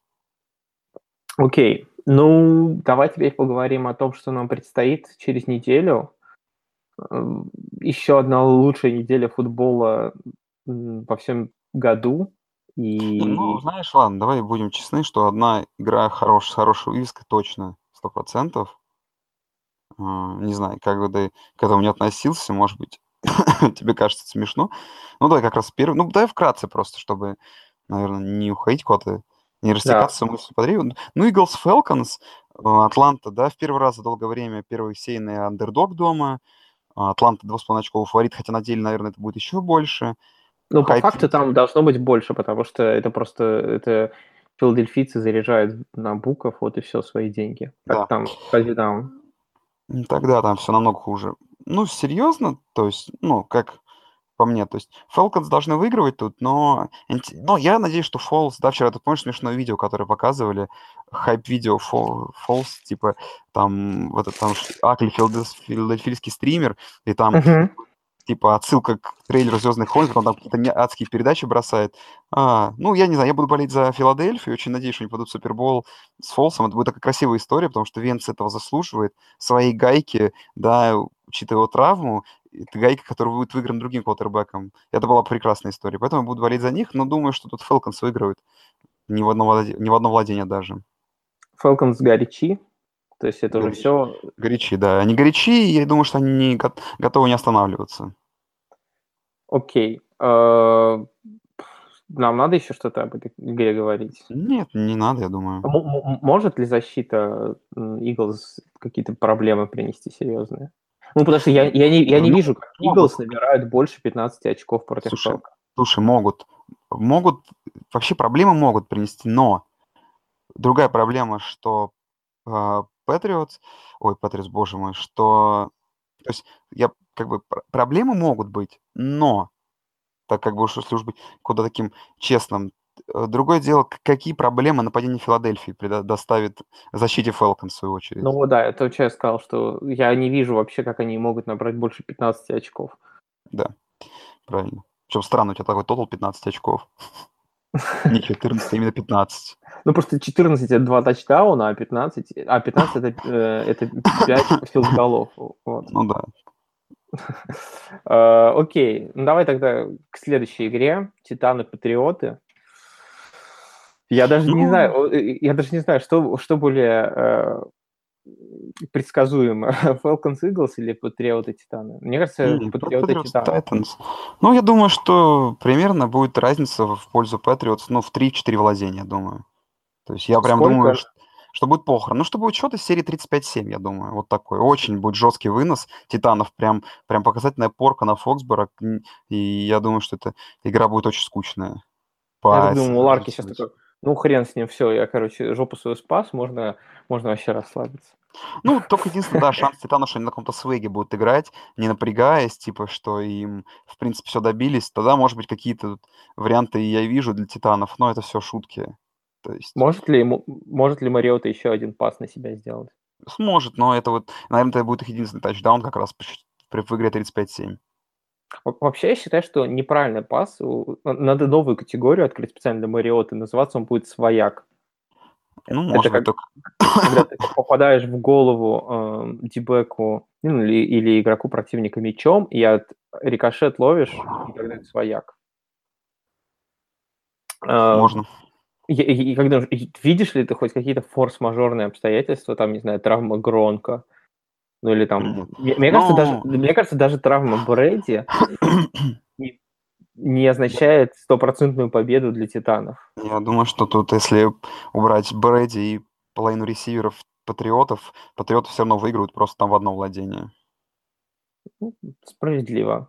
Окей. Ну, давай теперь поговорим о том, что нам предстоит через неделю. Эм, Еще одна лучшая неделя футбола м, во всем году. Не, ну, И знаешь, ладно, давай будем честны, что одна игра хорош, с хорошей вывеской точно, сто процентов. А, Не знаю, как бы ты к этому не относился, может быть, тебе кажется смешно. Ну, давай как раз первый, ну, давай вкратце просто, чтобы, наверное, не уходить куда-то, не да, растекаться мыслью по древу. Ну, Eagles Falcons, э, Атланта, да, в первый раз за долгое время первый сейный андердог дома. А, Атланта два с половиной очков фаворит, хотя на деле, наверное, это будет еще больше. ну, по Хайп факту там должно быть больше, потому что это просто это филадельфийцы заряжают на буков, вот и все, свои деньги. Как да. там, тачдаун. М, Тогда там все намного хуже. Ну, серьезно, то есть, ну, как по мне. То есть Falcons должны выигрывать тут, но, инте- но я надеюсь, что Falls, да, вчера, ты помнишь смешное видео, которое показывали, хайп-видео Fall- Falls, типа, там, вот это там ш- Акли, филдес- филадельфийский стример, и там Мгм. типа отсылка к трейлеру «Звездных войн», он там какие-то не- адские передачи бросает. А, ну, я не знаю, я буду болеть за Филадельфию, очень надеюсь, что они пойдут в Супербол с Фолсом. Это будет такая красивая история, потому что Венц этого заслуживает. Своей гайки, да, учитывая его травму, это гайка, которая будет выиграна другим квотербеком. Это была прекрасная история. Поэтому я буду болеть за них, но думаю, что тут Фелконс выигрывает. Ни в одно, владе- ни в одно владение даже. Falcons горячи, то есть это уже Горячи. все. Горячи, да. Они горячи, и я думаю, что они не гот- готовы не останавливаться. Окей. Э, Нам надо еще что-то об этой игре говорить. Нет, не надо, я думаю. М- м- Может ли защита м, Eagles какие-то проблемы принести серьезные? Ну, потому что я, я, не, я не Ну, вижу, как могут. Eagles набирают больше пятнадцати очков против Слушай, Falcons. слушай, могут. Могут, вообще проблемы могут принести, но другая проблема, что а, Patriots, ой, Patriots, боже мой, что, то есть, я, как бы, пр- проблемы могут быть, но, так как бы уж, если уж быть куда таким честным, э, другое дело, к- какие проблемы нападение Филадельфии преда- доставит защите Falcons, в свою очередь. Ну да, это что я сказал, что я не вижу вообще, как они могут набрать больше пятнадцати очков. Да, правильно. Причем странно, у тебя такой тотал пятнадцать очков. Не четырнадцать, а именно пятнадцать. Ну, просто четырнадцать это два тачдауна, а пятнадцать, а пятнадцать это, э, это пять филд-голов. Вот. Ну да. Э, Окей, ну давай тогда к следующей игре. Титаны-патриоты. Я даже не Ну, знаю, э, я даже не знаю, что, что более э, предсказуемо, Falcons Eagles или Патриоты Титаны? Мне кажется, не, Патриоты Patriots Титаны. Titans. Ну, я думаю, что примерно будет разница в пользу Patriots, ну, в три-четыре владения, я думаю. То есть я прям думаю, Сколько? ш- что будет похорон. Ну, что будет счет из серии тридцать пять семь, я думаю. Вот такой. Очень будет жесткий вынос Титанов. Прям, прям показательная порка на Фоксборо. М, И я думаю, что эта игра будет очень скучная Я так по с- думаю, у Ларки сейчас результативности. такой, ну хрен с ним, все, я, короче, жопу свою спас, можно, можно вообще расслабиться. Ну, только единственное, да, шанс Титанов, что они на каком-то свеге будут играть, не напрягаясь, типа, что им, в принципе, все добились. Тогда, может быть, какие-то тут варианты я вижу для Титанов, но это все шутки. То есть Может ли, ему, может ли Мариота еще один пас на себя сделать? сможет, но это вот, наверное, это будет их единственный тачдаун как раз при, при- в игре тридцать пять семь. Во- Вообще, я считаю, что неправильный пас. у- на- Надо новую категорию открыть специально для Мариоты. Называться он будет свояк. Ну, Это может быть, как, только... когда ты попадаешь в голову эм, дибеку, ну, или, или игроку противника мячом, и от рикошет ловишь, и тогда это свояк. Э, Можно. И, и- и когда и видишь ли ты хоть какие-то форс-мажорные обстоятельства, там, не знаю, травма Гронка, ну или там, Мгм. мне, мне кажется, даже, Ну, мне кажется, даже травма Брэди не, не я, означает стопроцентную победу для Титанов. я думаю, что тут, если убрать Брэди и половину ресиверов Патриотов, Патриоты все равно выиграют просто там в одно владение. Ну, справедливо.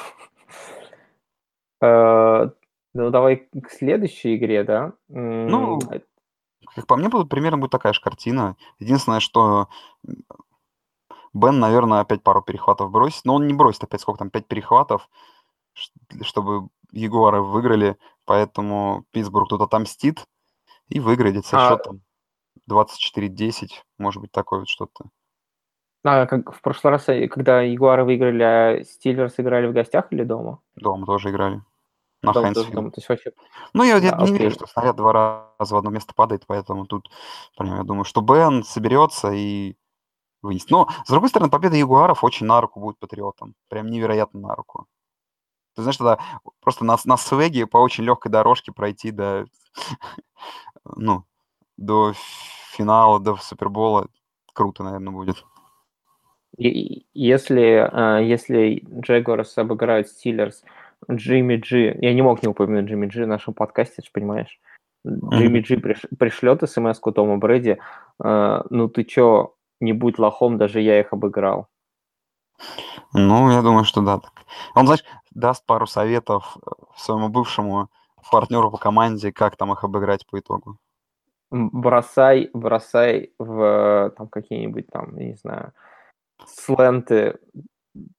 Э, Ну, давай к следующей игре, да? М, Ну, как по мне, будет примерно будет такая же картина. Единственное, что Бен, наверное, опять пару перехватов бросит. Но он не бросит опять, сколько там, пять перехватов, ш- чтобы Ягуары выиграли. Поэтому Питтсбург тут отомстит и выиграет со А, счетом двадцать четыре десять. Может быть, такое вот что-то. а как в прошлый раз, э, когда Ягуары выиграли, а Стиллерс играли в гостях или дома? Дома тоже играли. На Дома тоже Хайнсфилд. дома, то есть вообще, Ну, я, я да, не верю, окей. что снаряд два раза в одно место падает, поэтому тут прям я думаю, что Бен соберется и вынесет. Но, с другой стороны, победа Ягуаров очень на руку будет патриотам. Прям невероятно на руку. Ты знаешь, тогда просто на, на свеге по очень легкой дорожке пройти до, ну, до финала, до Супербола. Круто, наверное, будет. И- Если, а, если Джегорс обыграют Стиллерс, Джимми Джи, я не мог не упомянуть Джимми Джи в нашем подкасте, ты же понимаешь, Джимми Мгм. Джи приш- пришлет смс-ку Тому Брэди, а, ну ты чё, не будь лохом, даже я их обыграл. Ну, я думаю, что да. Так. Он, знаешь, даст пару советов э, своему бывшему партнеру по команде, как там их обыграть по итогу. М, Бросай, бросай в там какие-нибудь там, я не знаю, сленты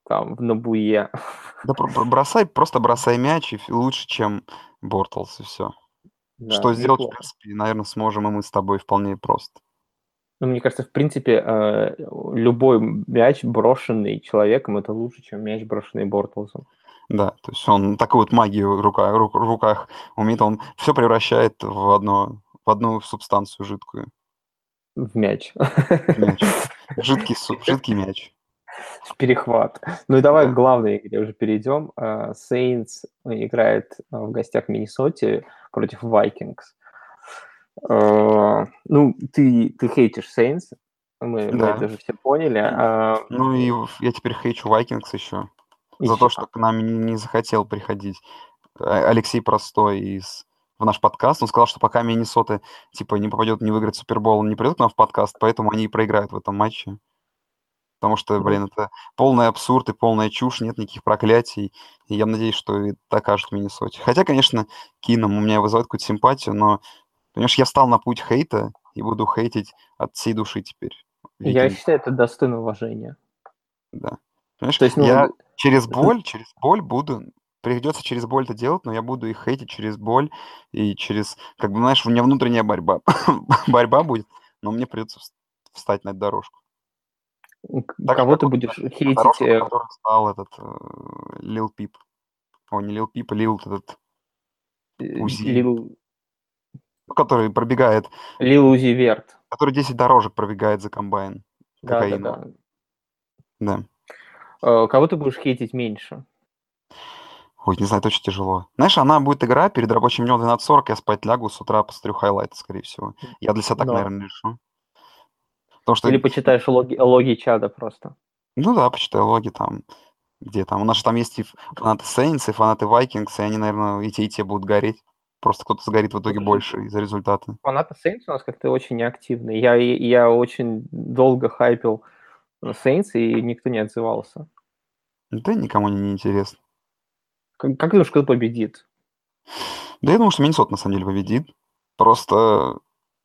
там в Набуе. Да про- про- бросай, просто бросай мяч, и ф- лучше, чем Бортлс, и все. Да, Что сделать, в неплохо. принципе, наверное, сможем и мы с тобой вполне просто. Ну, мне кажется, в принципе, э, любой мяч, брошенный человеком, это лучше, чем мяч, брошенный Бортлзом Да, то есть он такую вот магию в рука- ру- в руках умеет, он все превращает в одно, в одну субстанцию жидкую. в мяч. В мяч. Жидкий, су- жидкий мяч. Перехват. Ну и давай к Да. главной игре уже перейдем. Э, Saints играет э, в гостях в Миннесоте против Vikings. Э, Ну, ты, ты хейтишь Saints, мы, мы Да. это уже все поняли. М. А, Ну и в- я теперь хейчу Vikings еще. За ещё- то, что к нам не, не захотел приходить А- Алексей Простой из в наш подкаст. Он сказал, что пока Миннесота типа не попадет, не выиграет Супербол, он не придет к нам в подкаст, поэтому они и проиграют в этом матче. Потому что, ну, блин, это полный абсурд и полная чушь, нет никаких проклятий. И я надеюсь, что и докажут в Миннесоте. Хотя, конечно, Кином у меня вызывает какую-то симпатию, но, понимаешь, я встал на путь хейта и буду хейтить от всей души теперь. Я Викинг, считаю, это достойно уважения. да. Понимаешь, То есть, я ну, через боль, через боль буду, придется через боль это делать, но я буду их хейтить через боль и через, как бы, знаешь, у меня внутренняя борьба. Борьба будет, но мне придется вс- встать на эту дорожку. к- Так же, кого как ты вот будешь на хейтить? дорожку, на э, которой встал этот Лил Пип. О, не Лил Пип, а Лил этот Узи, Лил, ну, который пробегает, Лил Узи Верт. который десять дорожек пробегает за комбайн Да, да, кокаиновый. да. Да. Э, Кого ты будешь хейтить меньше? Ой, не знаю, это очень тяжело. Знаешь, она будет игра перед рабочим днем двенадцать сорок, я спать лягу, с утра посмотрю хайлайты, скорее всего. Я для себя так, Но. наверное, решу. Потому что, Или почитаешь логи, логи чада просто. ну да, почитаю логи там, где там. У нас же там есть и фанаты Saints, и фанаты Vikings, и они, наверное, и те, и те будут гореть. Просто кто-то сгорит в Ну, итоге слушай, больше из-за результата. фанаты Saints у нас как-то очень неактивны. Я, я очень долго хайпил Saints, и никто не отзывался. Да никому не, не интересно. Как, как думаешь, кто победит? Да я думаю, что Миннесота на самом деле победит. Просто...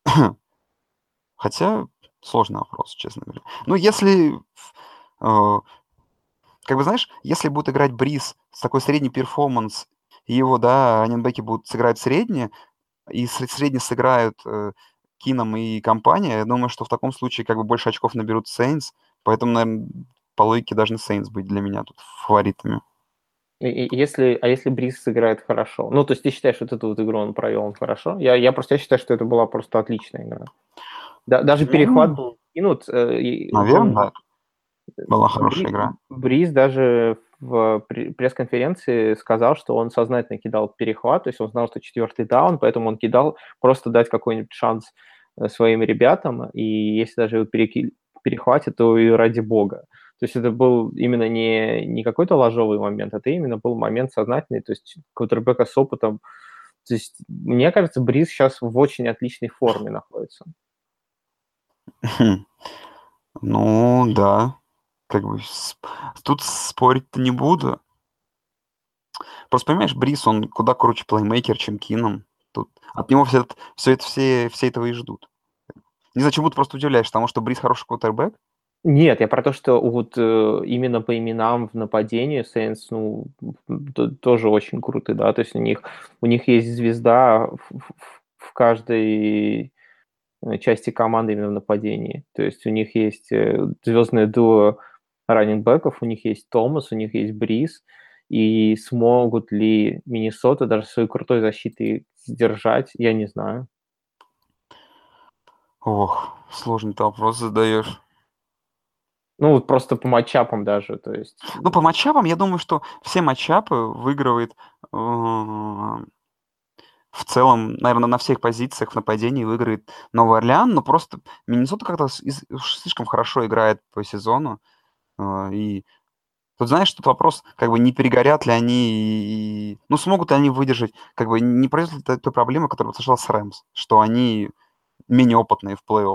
Хотя сложный вопрос, честно говоря. Ну, если... э, как бы, знаешь, если будет играть Бриз с такой средний перформанс, и его, да, раненбеки будут сыграть среднее, и сре- средне сыграют э, Кином и компания, я думаю, что в таком случае как бы больше очков наберут Saints, поэтому, наверное, по логике должны Saints быть для меня тут фаворитами. И- и Если, а если Бриз сыграет хорошо? Ну, то есть ты считаешь, что эту вот игру он провел он хорошо? Я, я просто я считаю, что это была просто отличная игра. Да, даже перехват Ну, был кинут. э, и, наверное, по-моему, да, была хорошая Бри- игра. Бриз даже в пре- пресс-конференции сказал, что он сознательно кидал перехват, то есть он знал, что четвертый даун, поэтому он кидал просто дать какой-нибудь шанс э, своим ребятам, и если даже его переки- перехватит, то и ради бога. То есть это был именно не, не какой-то ложовый момент, это именно был момент сознательный, то есть квотербека с опытом. То есть мне кажется, Бриз сейчас в очень отличной форме находится. Хм. Ну, да. Как бы с- тут спорить-то не буду. Просто понимаешь, Брис, он куда круче плеймейкер, чем Кином. Тут от него все, это, все, это, все, все этого и ждут. Не знаю, чему ты просто удивляешься, потому что Брис хороший квотербек. Нет, я про то, что вот э, именно по именам в нападении Saints, ну, т- тоже очень круты, да, то есть у них, у них есть звезда в, в- в каждой э, части команды именно в нападении, то есть у них есть э, звездное дуо раннингбеков, у них есть Томас, у них есть Бриз, и смогут ли Миннесота даже своей крутой защитой сдержать, я не знаю. Ох, сложный ты вопрос задаешь. Ну, вот просто по матчапам даже, то есть... Ну, по матчапам, я думаю, что все матчапы выигрывает э, в целом, наверное, на всех позициях в нападении выиграет Новый Орлеан, но просто Миннесота как-то с- из- уж слишком хорошо играет по сезону. э, И тут, знаешь, тут вопрос, как бы не перегорят ли они и... Ну, смогут ли они выдержать, как бы не произойдет ли той той проблемы, которая произошла с Рэмс, что они менее опытные в плей-офф.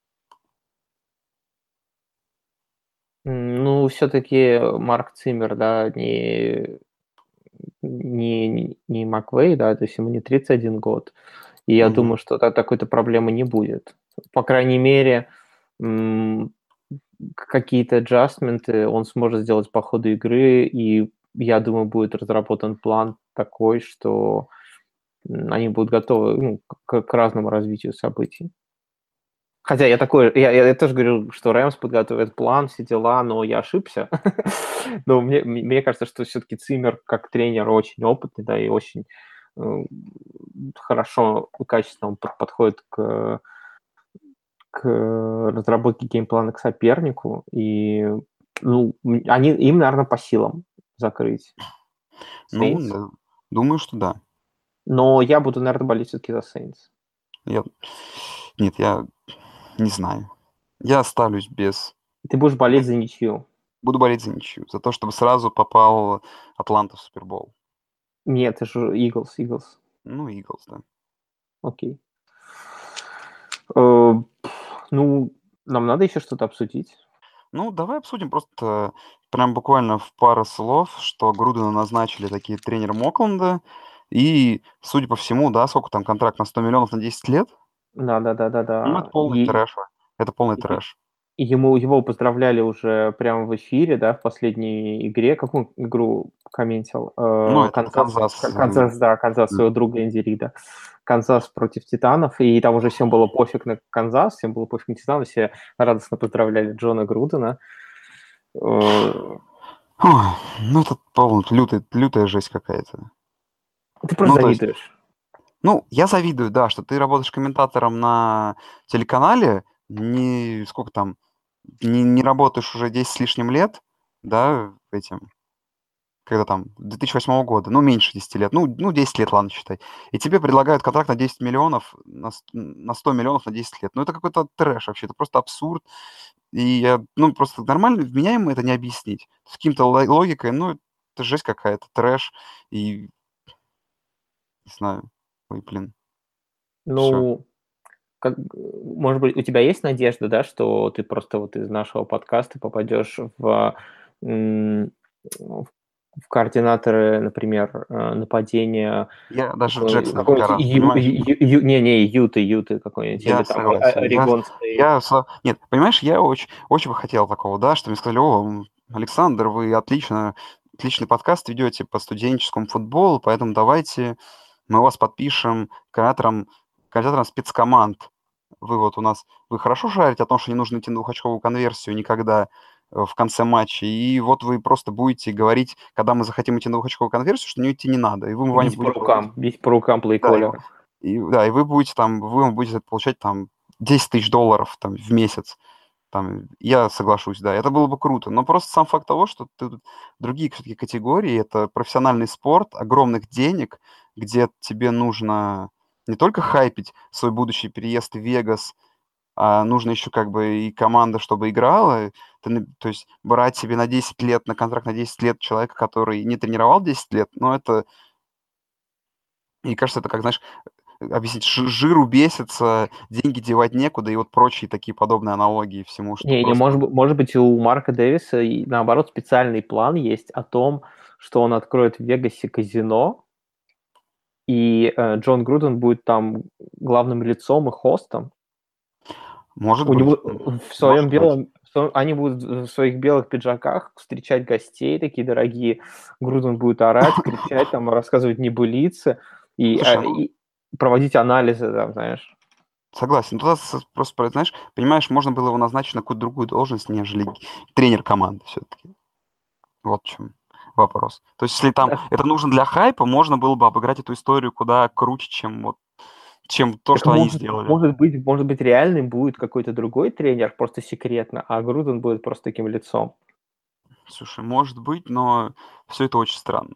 М, Ну, все-таки Марк Циммер, да, не, не, не не Маквей, да, то есть ему не тридцать один год. И я Мгм. думаю, что та- такой-то проблемы не будет. По крайней мере, м, какие-то аджастменты он сможет сделать по ходу игры, и я думаю, будет разработан план такой, что м, они будут готовы ну, к, к разному развитию событий. Хотя я такой, я, я, я тоже говорил, что Рэмс подготовит план, все дела, но я ошибся. Но мне, мне кажется, что все-таки Циммер как тренер очень опытный, да, и очень э, хорошо и качественно он под- подходит к, к разработке геймплана к сопернику. И ну, м, они, им, наверное, по силам закрыть Ну, Saints. да, думаю, что да. Но я буду, наверное, болеть все-таки за Saints. Я... Нет, я не знаю. Я оставлюсь без... Ты будешь болеть за ничью. Буду болеть за ничью. За то, чтобы сразу попал Атланта в Супербол. Нет, это же Eagles, Eagles. Ну, Иглс, да. Окей. Э, Ну, нам надо еще что-то обсудить. Ну, давай обсудим просто прям буквально в пару слов, что Грудена назначили такие тренером Окленда. И, судя по всему, да, сколько там контракт на сто миллионов на десять лет? Да, да, да, да, Ну, это да. полный И, трэш. Это полный и- трэш. и ему его поздравляли уже прямо в эфире, да, в последней игре. Какую игру комментил? Ну, Э, этот Канзас, Канзас. К- э, Канзас, да, Канзас м. своего друга Энди Рида. Канзас против Титанов, и там уже всем было пофиг на Канзас, всем было пофиг на Титанов, все радостно поздравляли Джона Грудена. Э, Ой, ну, это полный, лютая, лютая жесть какая-то. Ты просто Ну, то есть, завидуешь. ну, я завидую, да, что ты работаешь комментатором на телеканале, не сколько там, не, не работаешь уже десять с лишним лет, да, этим, когда там, две тысячи восьмого года, ну, меньше десяти лет, ну, ну, десять лет, ладно, считай. И тебе предлагают контракт на десять миллионов, на, с- на сто миллионов на десять лет. Ну, это какой-то трэш вообще, это просто абсурд. И я, ну, просто нормально, вменяемо это не объяснить. С каким-то ло- логикой, ну, это жесть какая-то, трэш. И, не знаю, ой, блин, все. Ну, как, может быть, у тебя есть надежда, да, что ты просто вот из нашего подкаста попадешь в, м, в в координаторы, например, э, нападения Я даже в какой- Джексонвиль какой-нибудь гораздо, Ю- понимаешь? Ю- Ю- не, не, Юты, Юты какой-нибудь, или Я там О- О- согласен. Я, Орегон Стейт. я, со- нет, понимаешь, я очень, очень бы хотел такого, да, что мне сказали, о, м, Александр, вы отлично, отличный подкаст ведете по студенческому футболу, поэтому давайте мы вас подпишем координатором, координатором спецкоманд. Вы вот у нас, вы хорошо шарите о том, что не нужно идти на двухочковую конверсию никогда э, в конце матча, и вот вы просто будете говорить, когда мы захотим идти на двухочковую конверсию, что не идти не надо, и вы, Ваня, Бить по будете говорить. рукам, бить по рукам Да, и, плей-коллера. и, да, и вы будете там, вы будете получать там десять тысяч долларов там, в месяц. Там, я соглашусь, да, это было бы круто. Но просто сам факт того, что ты, тут другие все-таки категории, это профессиональный спорт, огромных денег, где тебе нужно не только хайпить свой будущий переезд в Вегас, а нужно еще как бы и команда, чтобы играла. Ты, на- то есть брать себе на десять лет, на контракт на десять лет человека, который не тренировал десять лет, ну это, мне кажется, это как, знаешь, объяснить, жи- жиру бесится, деньги девать некуда и вот прочие такие подобные аналогии всему, что Не, не, просто... может, быть- может быть, у Марка Дэвиса, и, наоборот, специальный план есть о том, что он откроет в Вегасе казино, и э, Джон Груден будет там главным лицом и хостом. Может У него быть, э, в своем может быть. белом, в своем- они будут в своих белых пиджаках встречать гостей такие дорогие. Груден будет орать, кричать, там рассказывать небылицы и, Слушай, э, ну, и проводить анализы, там, знаешь. согласен. Туда с- просто, про- знаешь, понимаешь, можно было его назначить на какую-то другую должность, нежели тренер команды все-таки. Вот в чем вопрос. То есть, если там Да. это нужно для хайпа, можно было бы обыграть эту историю куда круче, чем вот, чем то, Так что они может, сделали. может быть, может быть, реальным будет какой-то другой тренер, просто секретно, а Груден будет просто таким лицом. Слушай, может быть, но все это очень странно.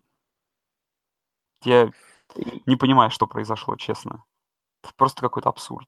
Я И, не понимаю, что произошло, честно. Это просто какой-то абсурд.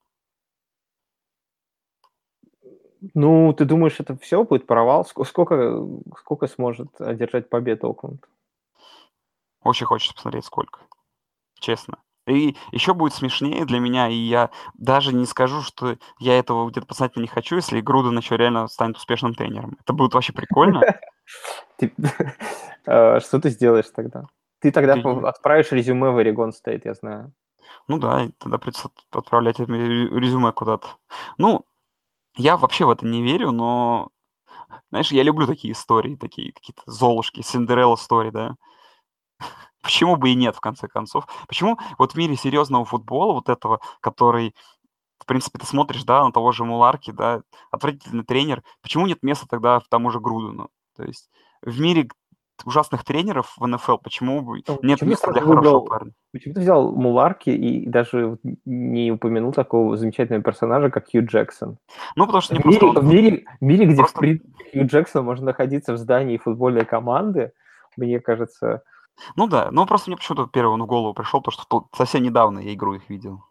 ну, ты думаешь, это все будет провал? Ск- Сколько, сколько сможет одержать победу Окленд? Очень хочется посмотреть, сколько. Честно. И еще будет смешнее для меня, и я даже не скажу, что я этого где-то подсознательно не хочу, если Груден еще реально станет успешным тренером. Это будет вообще прикольно. Ты- э, Что ты сделаешь тогда? Ты тогда Да по- и- отправишь резюме в Орегон Стейт, я знаю. Ну да, и тогда придется от- отправлять это ре- резюме куда-то. Ну, я вообще в это не верю, но Знаешь, я люблю такие истории, такие какие-то Золушки, Синдерелла стори, да. Почему бы и нет, в конце концов? Почему вот в мире серьезного футбола, вот этого, который, в принципе, ты смотришь, да, на того же Муларки, да, отвратительный тренер, почему нет места тогда в тому же Грудену? То есть в мире ужасных тренеров в эн эф эл почему бы Ну, нет почему ты места для сразу хорошего выбрал, парня? почему ты взял Муларки и даже вот не упомянул такого замечательного персонажа, как Хью Джексон? Ну, потому что В мне просто мире, в он мире, в мире, где, в просто... принципе, Хью Джексон может находиться в здании футбольной команды, мне кажется, Ну да, ну просто мне почему-то первый он в голову пришел, потому что тут совсем недавно я игру их видел.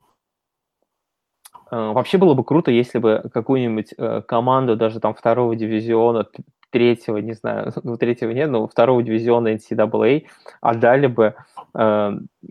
э, вообще было бы круто, если бы какую-нибудь э, команду даже там второго дивизиона, т- третьего, не знаю, ну, третьего нет, но второго дивизиона эн си эй эй отдали бы э,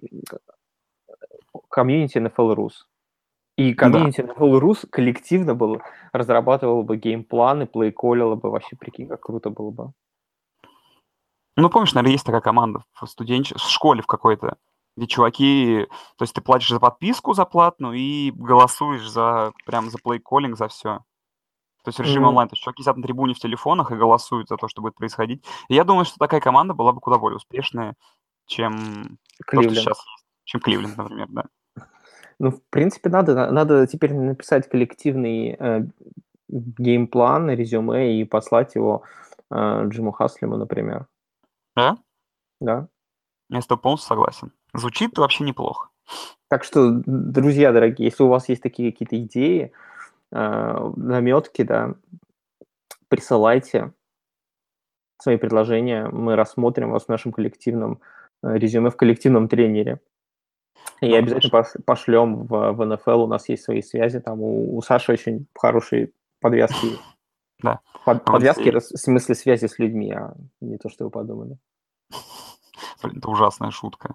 комьюнити эн эф эл Rus. И Да. комьюнити эн эф эл Rus коллективно было, разрабатывало бы геймпланы, плейколило бы, вообще, прикинь, как круто было бы. Ну, помнишь, наверное, есть такая команда в студенче... в школе в какой-то, где чуваки... То есть ты платишь за подписку за платную и голосуешь за прям за плейколлинг, за все. То есть в режиме М, онлайн. То есть чуваки сидят на трибуне в телефонах и голосуют за то, что будет происходить. И я думаю, что такая команда была бы куда более успешная, чем то, что Кливленд. сейчас есть. Чем Кливленд, например, да. Ну, в принципе, надо, на- надо теперь написать коллективный э, геймплан, резюме и послать его э, Джиму Хаслему, например. Да? Да. Я с тобой полностью согласен. Звучит вообще неплохо. Так что, друзья дорогие, если у вас есть такие какие-то идеи, э, наметки, да, присылайте свои предложения, мы рассмотрим вас в нашем коллективном э, резюме, в коллективном тренере. И Да, обязательно пош- пошлем в, в эн эф эл, у нас есть свои связи, там у, у Саши очень хорошие подвязки есть. Да. Под- А в подвязки Одиссее- рас- в смысле связи с людьми, а не то, что вы подумали. Блин, это ужасная шутка.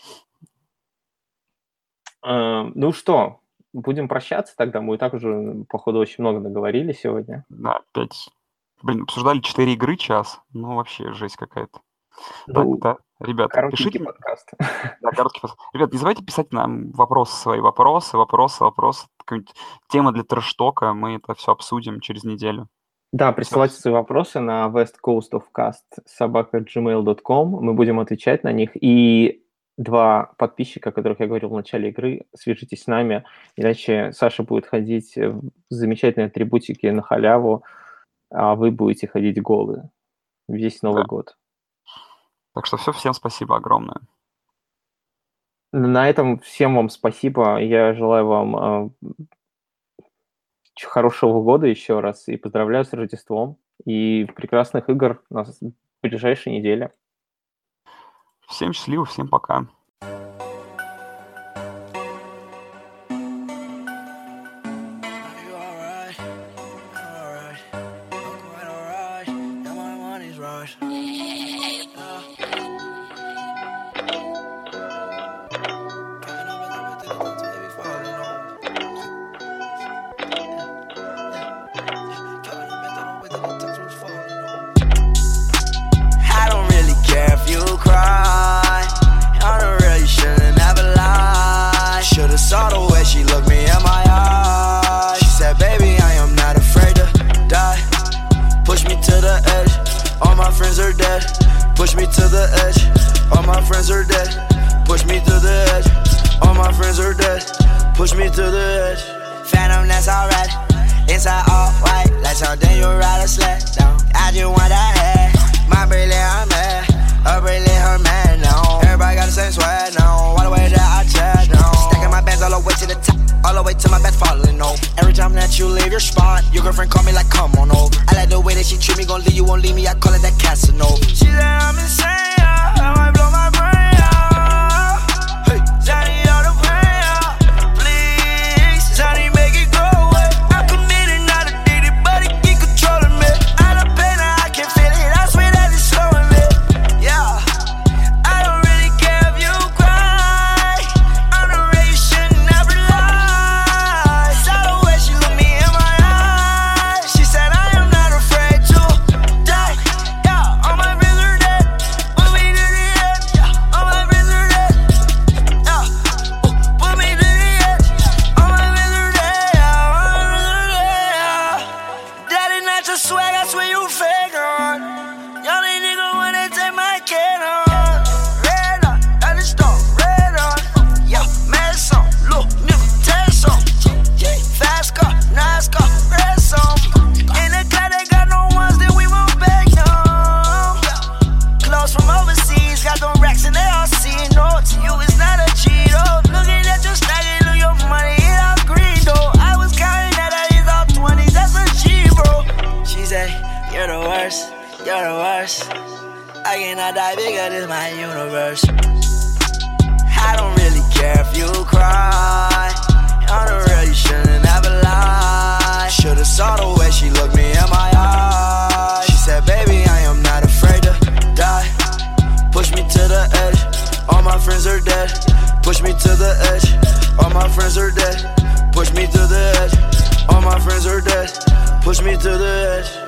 Э, ну что, будем прощаться тогда, мы и так уже, походу, очень много наговорили сегодня. Да, опять... Блин, обсуждали четыре игры час. Ну, вообще жесть какая-то. Ну, Так, да, ребята, коротенький пишите... подкаст. Да, короткий пост. Ребят, не забывайте писать нам вопросы свои, вопросы, вопросы, вопросы. Какая-нибудь тема для трэш-тока, мы это все обсудим через неделю. Да, присылайте свои вопросы на westcoastofcast собака gmail dot com. Мы будем отвечать на них. И два подписчика, о которых я говорил в начале игры, свяжитесь с нами, иначе Саша будет ходить в замечательной атрибутике на халяву, а вы будете ходить голые весь Новый Да. год. Так что все, всем спасибо огромное. На этом всем вам спасибо. Я желаю вам э, ч- хорошего года еще раз и поздравляю с Рождеством и прекрасных игр на с- ближайшей неделе. Всем счастливо, всем пока. You alright? Alright. I'm quite alright. Now my money's right. I don't really care if you cry. I don't really shouldn't ever lie. Should've saw the way she looked me in my eyes. She said, baby, I am not afraid to die. Push me to the edge. All my friends are dead. Push me to the edge. All my friends are dead. Push me to the edge. All my friends are dead. Push me to the edge. Phantom, that's alright. Inside all white, like something you ride a sled down. I just want that head. My brilliant, I'm mad. A brilliant, her man, no. Everybody got the same swag, no. All the way that I chat, no. Stacking my bands all the way to the top. All the way to my bed falling, no. Every time that you leave your spot, your girlfriend call me like, come on over. I like the way that she treat me, gon' leave you, won't leave me. I call it that Casanova. She said I'm insane, yeah. I might blow my brain out. Hey, Johnny on the brain out. Please, Johnny, make it go away. I'm committed, not addicted, but it keep controlling me. I done pain, I can feel it. I swear that it's slowing me. Yeah, I don't really care if you cry. I'm the way you should never lie. Saw the way she looked me in my eyes. She said I am not afraid to die. Yeah, all my friends are dead. Put me to the edge. Yeah, all my I cannot die bigger, this my universe. I don't really care if you cry. On the real, you shouldn't ever lie. Should've saw the way she looked me in my eyes. She said, baby, I am not afraid to die. Push me to the edge, all my friends are dead. Push me to the edge, all my friends are dead. Push me to the edge, all my friends are dead. Push me to the edge.